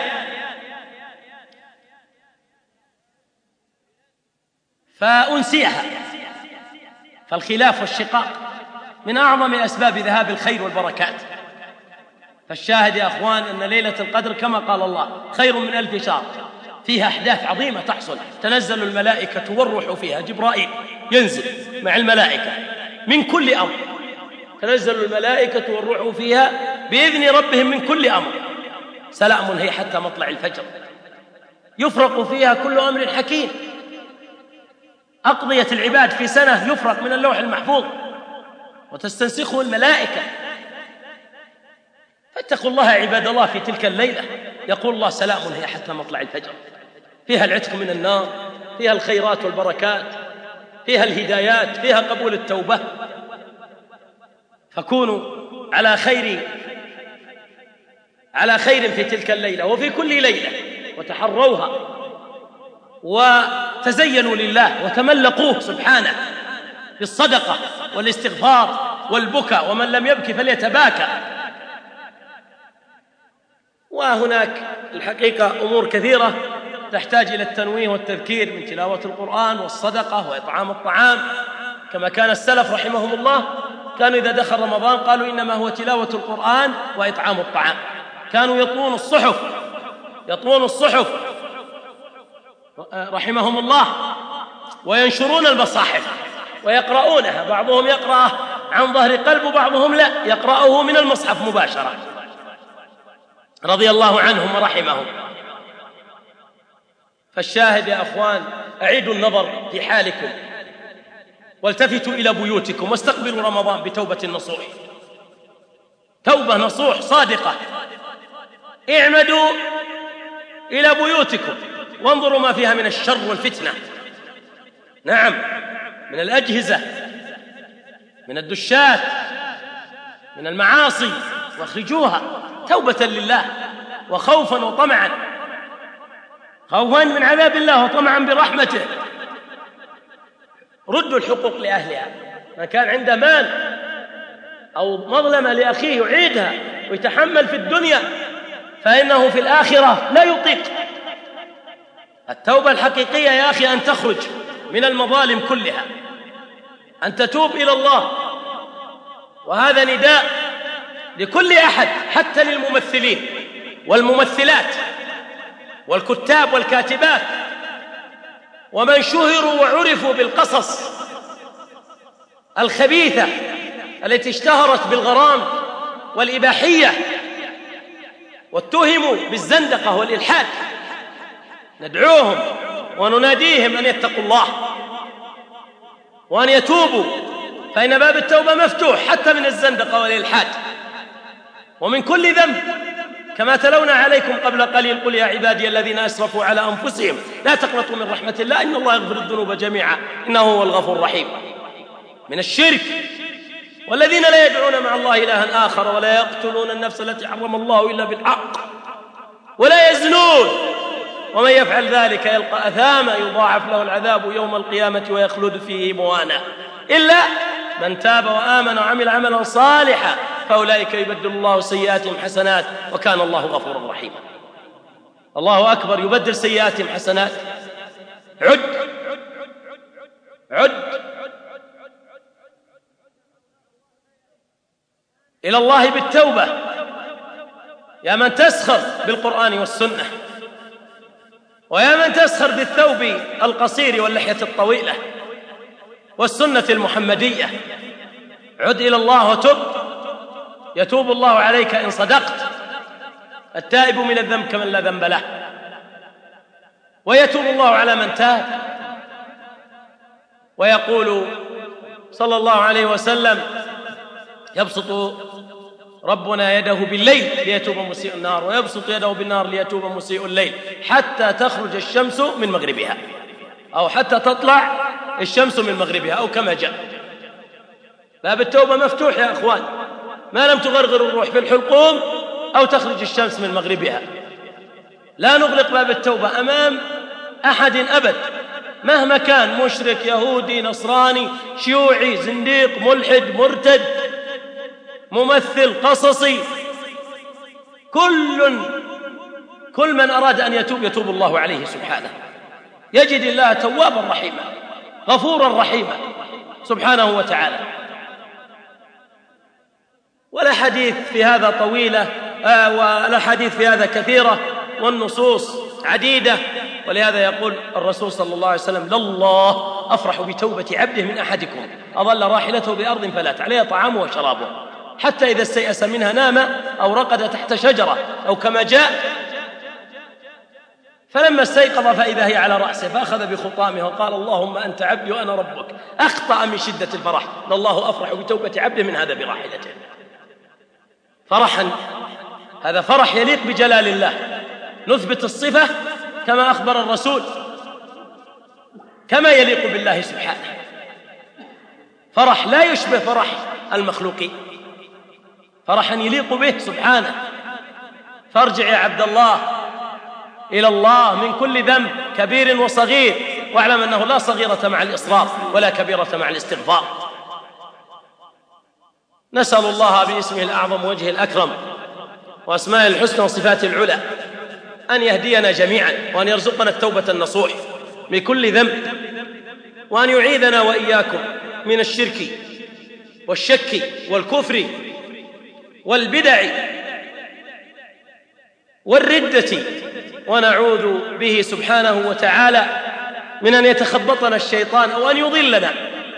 فأنسيها. فالخلاف والشقاق من أعظم أسباب ذهاب الخير والبركات. فالشاهد يا أخوان أن ليلة القدر كما قال الله خير من 1000 شهر، فيها أحداث عظيمة تحصل، تنزل الملائكة والروح فيها، جبرائيل ينزل مع الملائكة من كل أمر، تنزل الملائكة والروح فيها بإذن ربهم من كل أمر، سلام هي حتى مطلع الفجر، يفرق فيها كل أمر حكيم. أقضية العباد في سنة يفرق من اللوح المحفوظ وتستنسخه الملائكة. فاتقوا الله عباد الله في تلك الليلة. يقول الله سلام هي حتى مطلع الفجر، فيها العتق من النار، فيها الخيرات والبركات، فيها الهدايات، فيها قبول التوبة. فكونوا على خير في تلك الليلة وفي كل ليلة، وتحروها وتزينوا لله وتملقوه سبحانه بالصدقة والاستغفار والبكاء، ومن لم يبكي فليتباكى. وهناك الحقيقة أمور كثيرة تحتاج إلى التنويه والتذكير من تلاوة القرآن والصدقة وإطعام الطعام، كما كان السلف رحمهم الله، كانوا إذا دخل رمضان قالوا إنما هو تلاوة القرآن وإطعام الطعام. كانوا يطوون الصحف رحمهم الله، وينشرون المصاحف ويقرؤونها، بعضهم يقرأ عن ظهر قلب وبعضهم لا، يقرأه من المصحف مباشرة رضي الله عنهم ورحمهم. فالشاهد يا أخوان، أعيدوا النظر في حالكم والتفتوا إلى بيوتكم واستقبلوا رمضان بتوبة نصوح، توبة نصوح صادقة. اعمدوا إلى بيوتكم وانظروا ما فيها من الشر والفتنة، نعم، من الأجهزة، من الدشات، من المعاصي، واخرجوها توبة لله وخوفا وطمعا، خوفا من عذاب الله وطمعا برحمته. ردوا الحقوق لأهلها، من كان عنده مال أو مظلمة لأخيه يعيدها ويتحمل في الدنيا، فإنه في الآخرة لا يطيق. التوبة الحقيقية يا أخي أن تخرج من المظالم كلها، أن تتوب إلى الله. وهذا نداء لكل أحد، حتى للممثلين والممثلات والكتاب والكاتبات ومن شهروا وعرفوا بالقصص الخبيثة التي اشتهرت بالغرام والإباحية واتهموا بالزندقة والإلحاد. ندعوهم ونناديهم أن يتقوا الله وأن يتوبوا، فإن باب التوبة مفتوح حتى من الزندقة والإلحاد ومن كل ذنب، كما تلونا عليكم قبل قليل: قل يا عبادي الذين أسرفوا على أنفسهم لا تقنطوا من رحمة الله إن الله يغفر الذنوب جميعا إنه هو الغفور الرحيم. من الشرك: والذين لا يدعون مع الله إلها آخر ولا يقتلون النفس التي حرم الله إلا بالحق ولا يزنون ومن يفعل ذلك يلقى أثاما يضاعف له العذاب يوم القيامة ويخلد فيه مهانا إلا من تاب وآمن وعمل عملا صالحا فأولئك يبدل الله سيئاتهم حسنات وكان الله غفورا رحيما. الله أكبر، يبدل سيئاتهم حسنات. عد إلى الله بالتوبة يا من تسخر بالقرآن والسنة، ويا من تسخر بالثوب القصير واللحية الطويلة والسنة المحمدية. عد إلى الله وتب، يتوب الله عليك إن صدقت. التائب من الذنب كمن لا ذنب له، ويتوب الله على من تاب. ويقول صلى الله عليه وسلم: يبسط ربنا يده بالليل ليتوب مسيء النار، ويبسط يده بالنار ليتوب مسيء الليل، حتى تخرج الشمس من مغربها، أو حتى تطلع الشمس من مغربها، أو كما جاء. باب التوبة مفتوح يا أخوان، ما لم تغرغر الروح في الحلقوم أو تخرج الشمس من مغربها. لا نغلق باب التوبة أمام أحد أبد، مهما كان مشرك، يهودي، نصراني، شيوعي، زنديق، ملحد، مرتد، ممثل قصصي، كل من أراد أن يتوب الله عليه سبحانه. يجد الله توابا رحيما غفورا رحيما سبحانه وتعالى. والأحاديث في هذا طويلة، والأحاديث في هذا كثيرة، والنصوص عديدة. ولهذا يقول الرسول صلى الله عليه وسلم: لله أفرح بتوبة عبده من أحدكم أظل راحلته بأرض فلات عليها طعامه وشرابه حتى إذا استيأس منها نام أو رقد تحت شجرة، أو كما جاء: فلما استيقظ فإذا هي على رأسه فأخذ بخطامه وقال: اللهم أنت عبدي وأنا ربك. أخطأ من شدة الفرح. لله أفرح بتوبة عبده من هذا براحلته. فرحا، هذا فرح يليق بجلال الله. نثبت الصفة كما أخبر الرسول، كما يليق بالله سبحانه. فرح لا يشبه فرح المخلوقين، فرحا يليق به سبحانه. فارجع يا عبد الله إلى الله من كل ذنب كبير وصغير، واعلم أنه لا صغيرة مع الإصرار ولا كبيرة مع الاستغفار. نسأل الله باسمه الأعظم وجهه الأكرم وأسمائه الحسنى وصفاته العلى أن يهدينا جميعا، وأن يرزقنا التوبة النصوح من كل ذنب، وأن يعيذنا وإياكم من الشرك والشك والكفر والبدع والردة، ونعوذ به سبحانه وتعالى من أن يتخبطنا الشيطان أو أن يضلنا،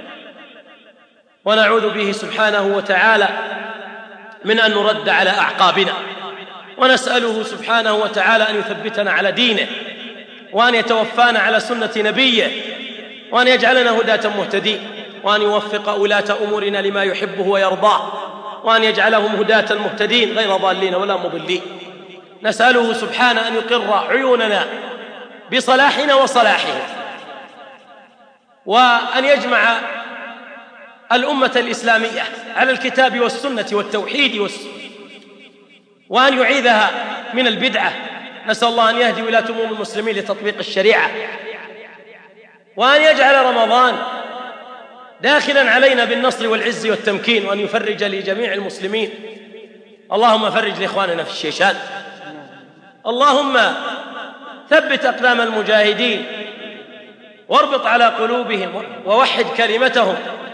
ونعوذ به سبحانه وتعالى من أن نرد على أعقابنا، ونسأله سبحانه وتعالى أن يثبتنا على دينه، وأن يتوفانا على سنة نبيه، وأن يجعلنا هداة مهتدين، وأن يوفق ولاة أمورنا لما يحبه ويرضاه، وأن يجعلهم هداة مهتدين غير ضالين ولا مضلين. نسأله سبحانه أن يقر عيوننا بصلاحنا وصلاحهم، وأن يجمع الأمة الإسلامية على الكتاب والسنة والتوحيد وأن يعيذها من البدعة. نسأل الله أن يهدي ولاة أمور المسلمين لتطبيق الشريعة، وأن يجعل رمضان داخلا علينا بالنصر والعز والتمكين، وأن يفرج لجميع المسلمين. اللهم فرج لإخواننا في الشيشان، اللهم ثبت أقدام المجاهدين واربط على قلوبهم ووحد كلمتهم،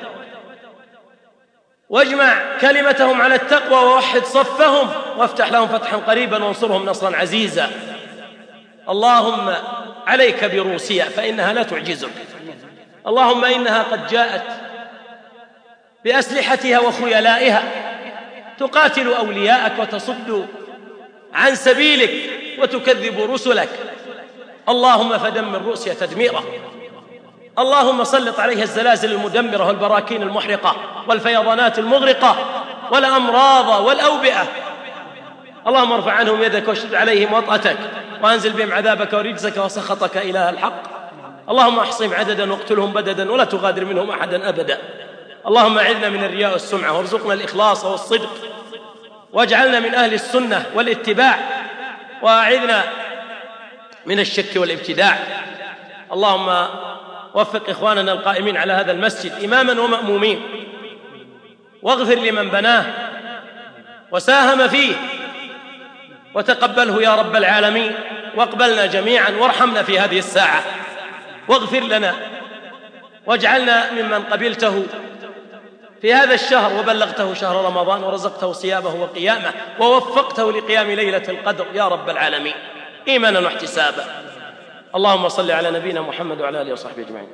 واجمع كلمتهم على التقوى ووحد صفهم، وافتح لهم فتحا قريبا وانصرهم نصرا عزيزا. اللهم عليك بروسيا فإنها لا تعجزك، اللهم إنها قد جاءت بأسلحتها وخيلائها تقاتل أولياءك وتصد عن سبيلك وتكذب رسلك. اللهم فدمر روسيا تدميرا، اللهم سلط عليها الزلازل المدمرة والبراكين المحرقة والفيضانات المغرقة والأمراض والأوبئة. اللهم ارفع عنهم يدك واشدد عليهم وطأتك، وأنزل بهم عذابك ورجزك وسخطك إله الحق. اللهم احصهم عددا واقتلهم بددا ولا تغادر منهم أحدا أبدا. اللهم أعذنا من الرياء والسمعة، وارزقنا الإخلاص والصدق، واجعلنا من أهل السنة والاتباع، وأعذنا من الشك والابتداع. اللهم وفق إخواننا القائمين على هذا المسجد إماما ومأمومين، واغفر لمن بناه وساهم فيه، وتقبله يا رب العالمين، واقبلنا جميعا، وارحمنا في هذه الساعة، واغفر لنا، واجعلنا ممن قبلته في هذا الشهر وبلغته شهر رمضان ورزقته صيامه وقيامه ووفقته لقيام ليلة القدر يا رب العالمين إيمانا واحتسابا. اللهم صل على نبينا محمد وعلى آله وصحبه أجمعين.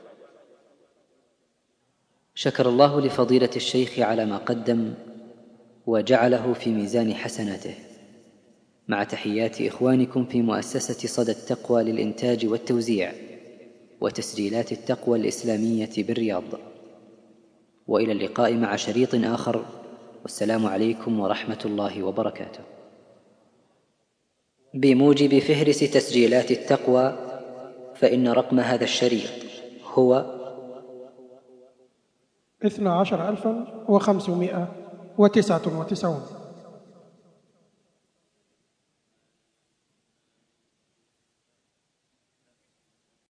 شكر الله لفضيلة الشيخ على ما قدم وجعله في ميزان حسناته، مع تحيات إخوانكم في مؤسسة صدى التقوى للإنتاج والتوزيع وتسجيلات التقوى الإسلامية بالرياض. وإلى اللقاء مع شريط آخر، والسلام عليكم ورحمة الله وبركاته. بموجب فهرس تسجيلات التقوى، فإن رقم هذا الشريط هو 12,599.